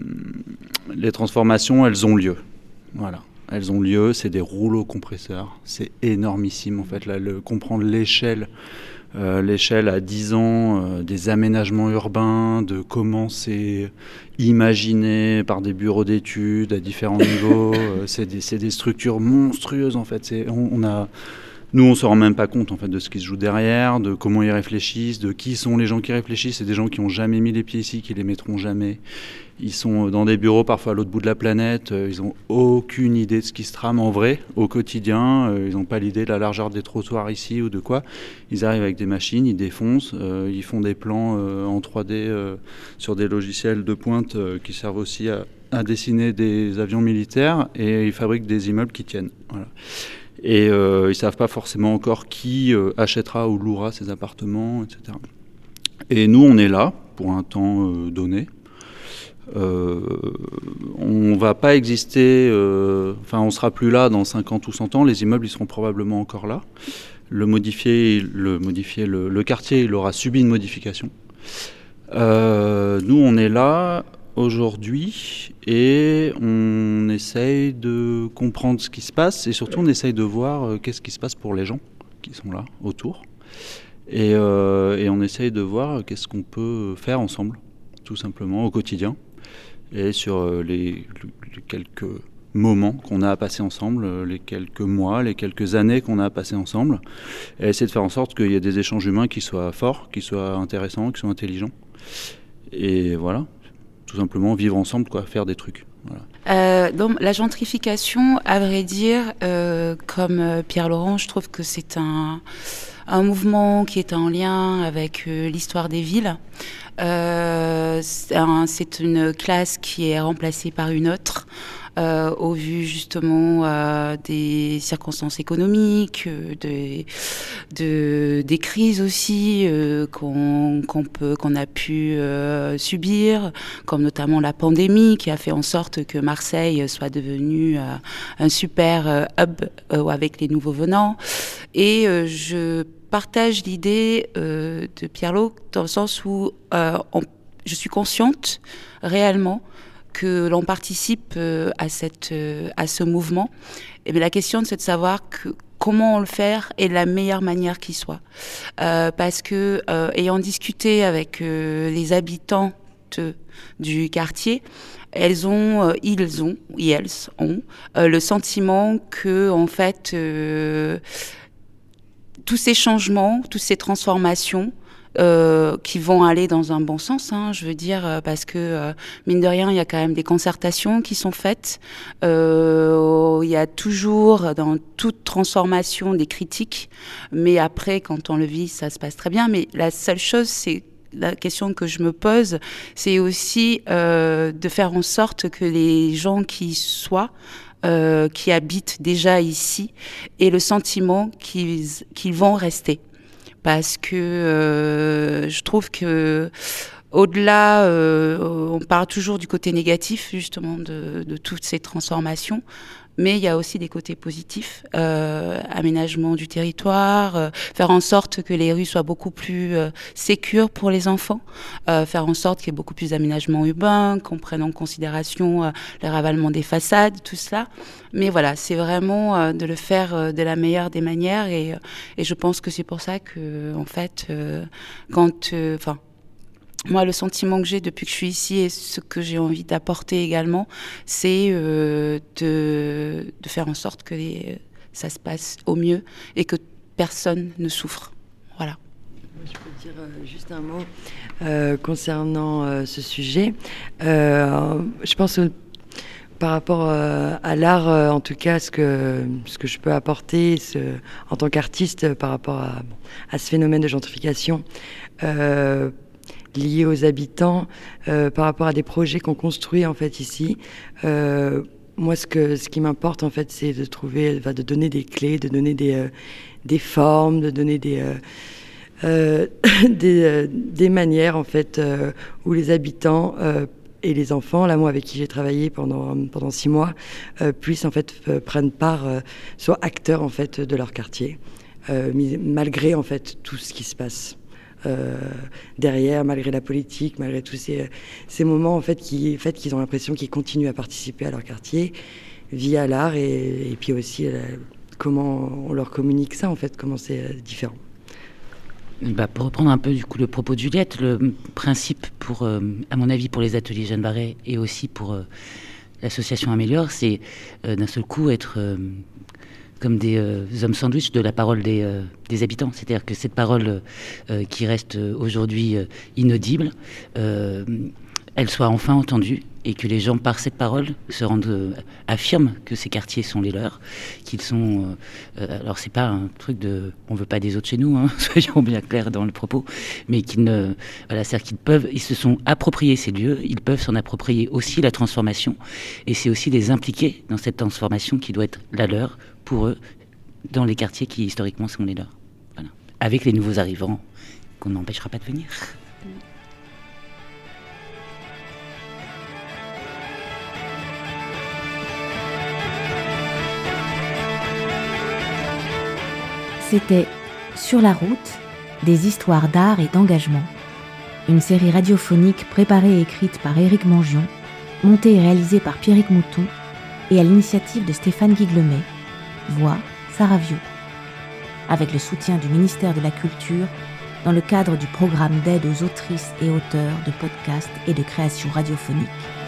D: les transformations, elles ont lieu. Voilà, elles ont lieu. C'est des rouleaux compresseurs. C'est énormissime en fait. Là, le, comprendre l'échelle, euh, l'échelle à dix ans euh, des aménagements urbains, de comment c'est imaginé par des bureaux d'études à différents niveaux. Euh, c'est, des, c'est des structures monstrueuses en fait. C'est, on, on a Nous, on ne se rend même pas compte en fait, de ce qui se joue derrière, de comment ils réfléchissent, de qui sont les gens qui réfléchissent. C'est des gens qui n'ont jamais mis les pieds ici, qui les mettront jamais. Ils sont dans des bureaux parfois à l'autre bout de la planète. Ils n'ont aucune idée de ce qui se trame en vrai, au quotidien. Ils n'ont pas l'idée de la largeur des trottoirs ici ou de quoi. Ils arrivent avec des machines, ils défoncent, euh, ils font des plans euh, en trois D euh, sur des logiciels de pointe euh, qui servent aussi à, à dessiner des avions militaires et ils fabriquent des immeubles qui tiennent. Voilà. Et euh, ils ne savent pas forcément encore qui euh, achètera ou louera ces appartements, et cetera. Et nous, on est là pour un temps euh, donné. Euh, on ne va pas exister, euh, enfin on ne sera plus là dans cinquante ou cent ans, les immeubles ils seront probablement encore là. Le modifié, le, modifié, le, le quartier il aura subi une modification. Euh, nous, on est là aujourd'hui et on essaye de comprendre ce qui se passe et surtout on essaye de voir euh, qu'est-ce qui se passe pour les gens qui sont là autour et, euh, et on essaye de voir euh, qu'est-ce qu'on peut faire ensemble tout simplement au quotidien et sur euh, les, les quelques moments qu'on a à passer ensemble, euh, les quelques mois, les quelques années qu'on a à passer ensemble et essayer de faire en sorte qu'il y ait des échanges humains qui soient forts, qui soient intéressants, qui soient intelligents et voilà. Tout simplement vivre ensemble, quoi, faire des trucs. Voilà.
G: Euh, donc la gentrification, à vrai dire, euh, comme euh, Pierre Laurent, je trouve que c'est un, un mouvement qui est en lien avec euh, l'histoire des villes. Euh, c'est, un, c'est une classe qui est remplacée par une autre. Euh, au vu justement euh, des circonstances économiques, euh, de, de, des crises aussi euh, qu'on, qu'on, peut, qu'on a pu euh, subir, comme notamment la pandémie qui a fait en sorte que Marseille soit devenu euh, un super euh, hub euh, avec les nouveaux venants. Et euh, je partage l'idée euh, de Pierre-Lot dans le sens où euh, on, je suis consciente réellement que l'on participe euh, à, cette, euh, à ce mouvement. Et bien, la question, c'est de savoir que, comment on le faire et de la meilleure manière qui soit. Euh, parce que, euh, ayant discuté avec euh, les habitants de, du quartier, elles ont, euh, ils ont, et elles ont, euh, le sentiment que, en fait, euh, tous ces changements, toutes ces transformations, Euh, qui vont aller dans un bon sens, hein, je veux dire, parce que, euh, mine de rien, il y a quand même des concertations qui sont faites. Euh, il y a toujours, dans toute transformation, des critiques, mais après, quand on le vit, ça se passe très bien. Mais la seule chose, c'est la question que je me pose, c'est aussi euh, de faire en sorte que les gens qui y soient, euh, qui habitent déjà ici, aient le sentiment qu'ils, qu'ils vont rester. Parce que euh, je trouve que au-delà, euh, on parle toujours du côté négatif justement de, de toutes ces transformations, mais il y a aussi des côtés positifs, euh, aménagement du territoire, euh, faire en sorte que les rues soient beaucoup plus euh, sécures pour les enfants, euh, faire en sorte qu'il y ait beaucoup plus d'aménagement urbain, qu'on prenne en considération euh, le ravalement des façades, tout cela. Mais voilà, c'est vraiment euh, de le faire euh, de la meilleure des manières, et, et je pense que c'est pour ça que, en fait, euh, quand... Enfin, euh, moi, le sentiment que j'ai depuis que je suis ici et ce que j'ai envie d'apporter également, c'est euh, de, de faire en sorte que les, ça se passe au mieux et que personne ne souffre. Voilà.
H: Je peux dire euh, juste un mot euh, concernant euh, ce sujet. Euh, je pense au, par rapport euh, à l'art, euh, en tout cas, ce que, ce que je peux apporter ce, en tant qu'artiste euh, par rapport à, bon, à ce phénomène de gentrification. Euh, liés aux habitants, euh, par rapport à des projets qu'on construit en fait ici. Euh, moi, ce, que, ce qui m'importe en fait, c'est de trouver, de donner des clés, de donner des, euh, des formes, de donner des, euh, euh, des, euh, des manières en fait euh, où les habitants euh, et les enfants, là moi avec qui j'ai travaillé pendant pendant six mois, euh, puissent en fait euh, prendre part, euh, soient acteurs en fait de leur quartier, euh, malgré en fait tout ce qui se passe. Euh, derrière, malgré la politique, malgré tous ces, ces moments en fait, qui, en fait, qu'ils ont l'impression qu'ils continuent à participer à leur quartier via l'art et, et puis aussi euh, comment on leur communique ça en fait, comment c'est euh, différent.
J: Bah, pour reprendre un peu du coup le propos de Juliette, le principe pour, euh, à mon avis, pour les ateliers Jeanne Barré et aussi pour euh, l'association Améliore, c'est euh, d'un seul coup être euh, comme des euh, hommes sandwich de la parole des, euh, des habitants. C'est-à-dire que cette parole euh, qui reste aujourd'hui euh, inaudible, euh, elle soit enfin entendue et que les gens, par cette parole, se rendent, euh, affirment que ces quartiers sont les leurs, qu'ils sont... Euh, euh, alors, c'est pas un truc de... On veut pas des autres chez nous, hein, soyons bien clairs dans le propos, mais qu'ils ne... Voilà, c'est-à-dire qu'ils peuvent... Ils se sont appropriés ces lieux, ils peuvent s'en approprier aussi la transformation, et c'est aussi les impliquer dans cette transformation qui doit être la leur, pour eux, dans les quartiers qui historiquement sont les leurs. Voilà. Avec les nouveaux arrivants qu'on n'empêchera pas de venir.
B: C'était Sur la route, des histoires d'art et d'engagement. Une série radiophonique préparée et écrite par Éric Mangion, montée et réalisée par Pierrick Mouton et à l'initiative de Stéphane Guiglemet. Voix, Sarah Viau. Avec le soutien du ministère de la Culture dans le cadre du programme d'aide aux autrices et auteurs de podcasts et de création radiophonique.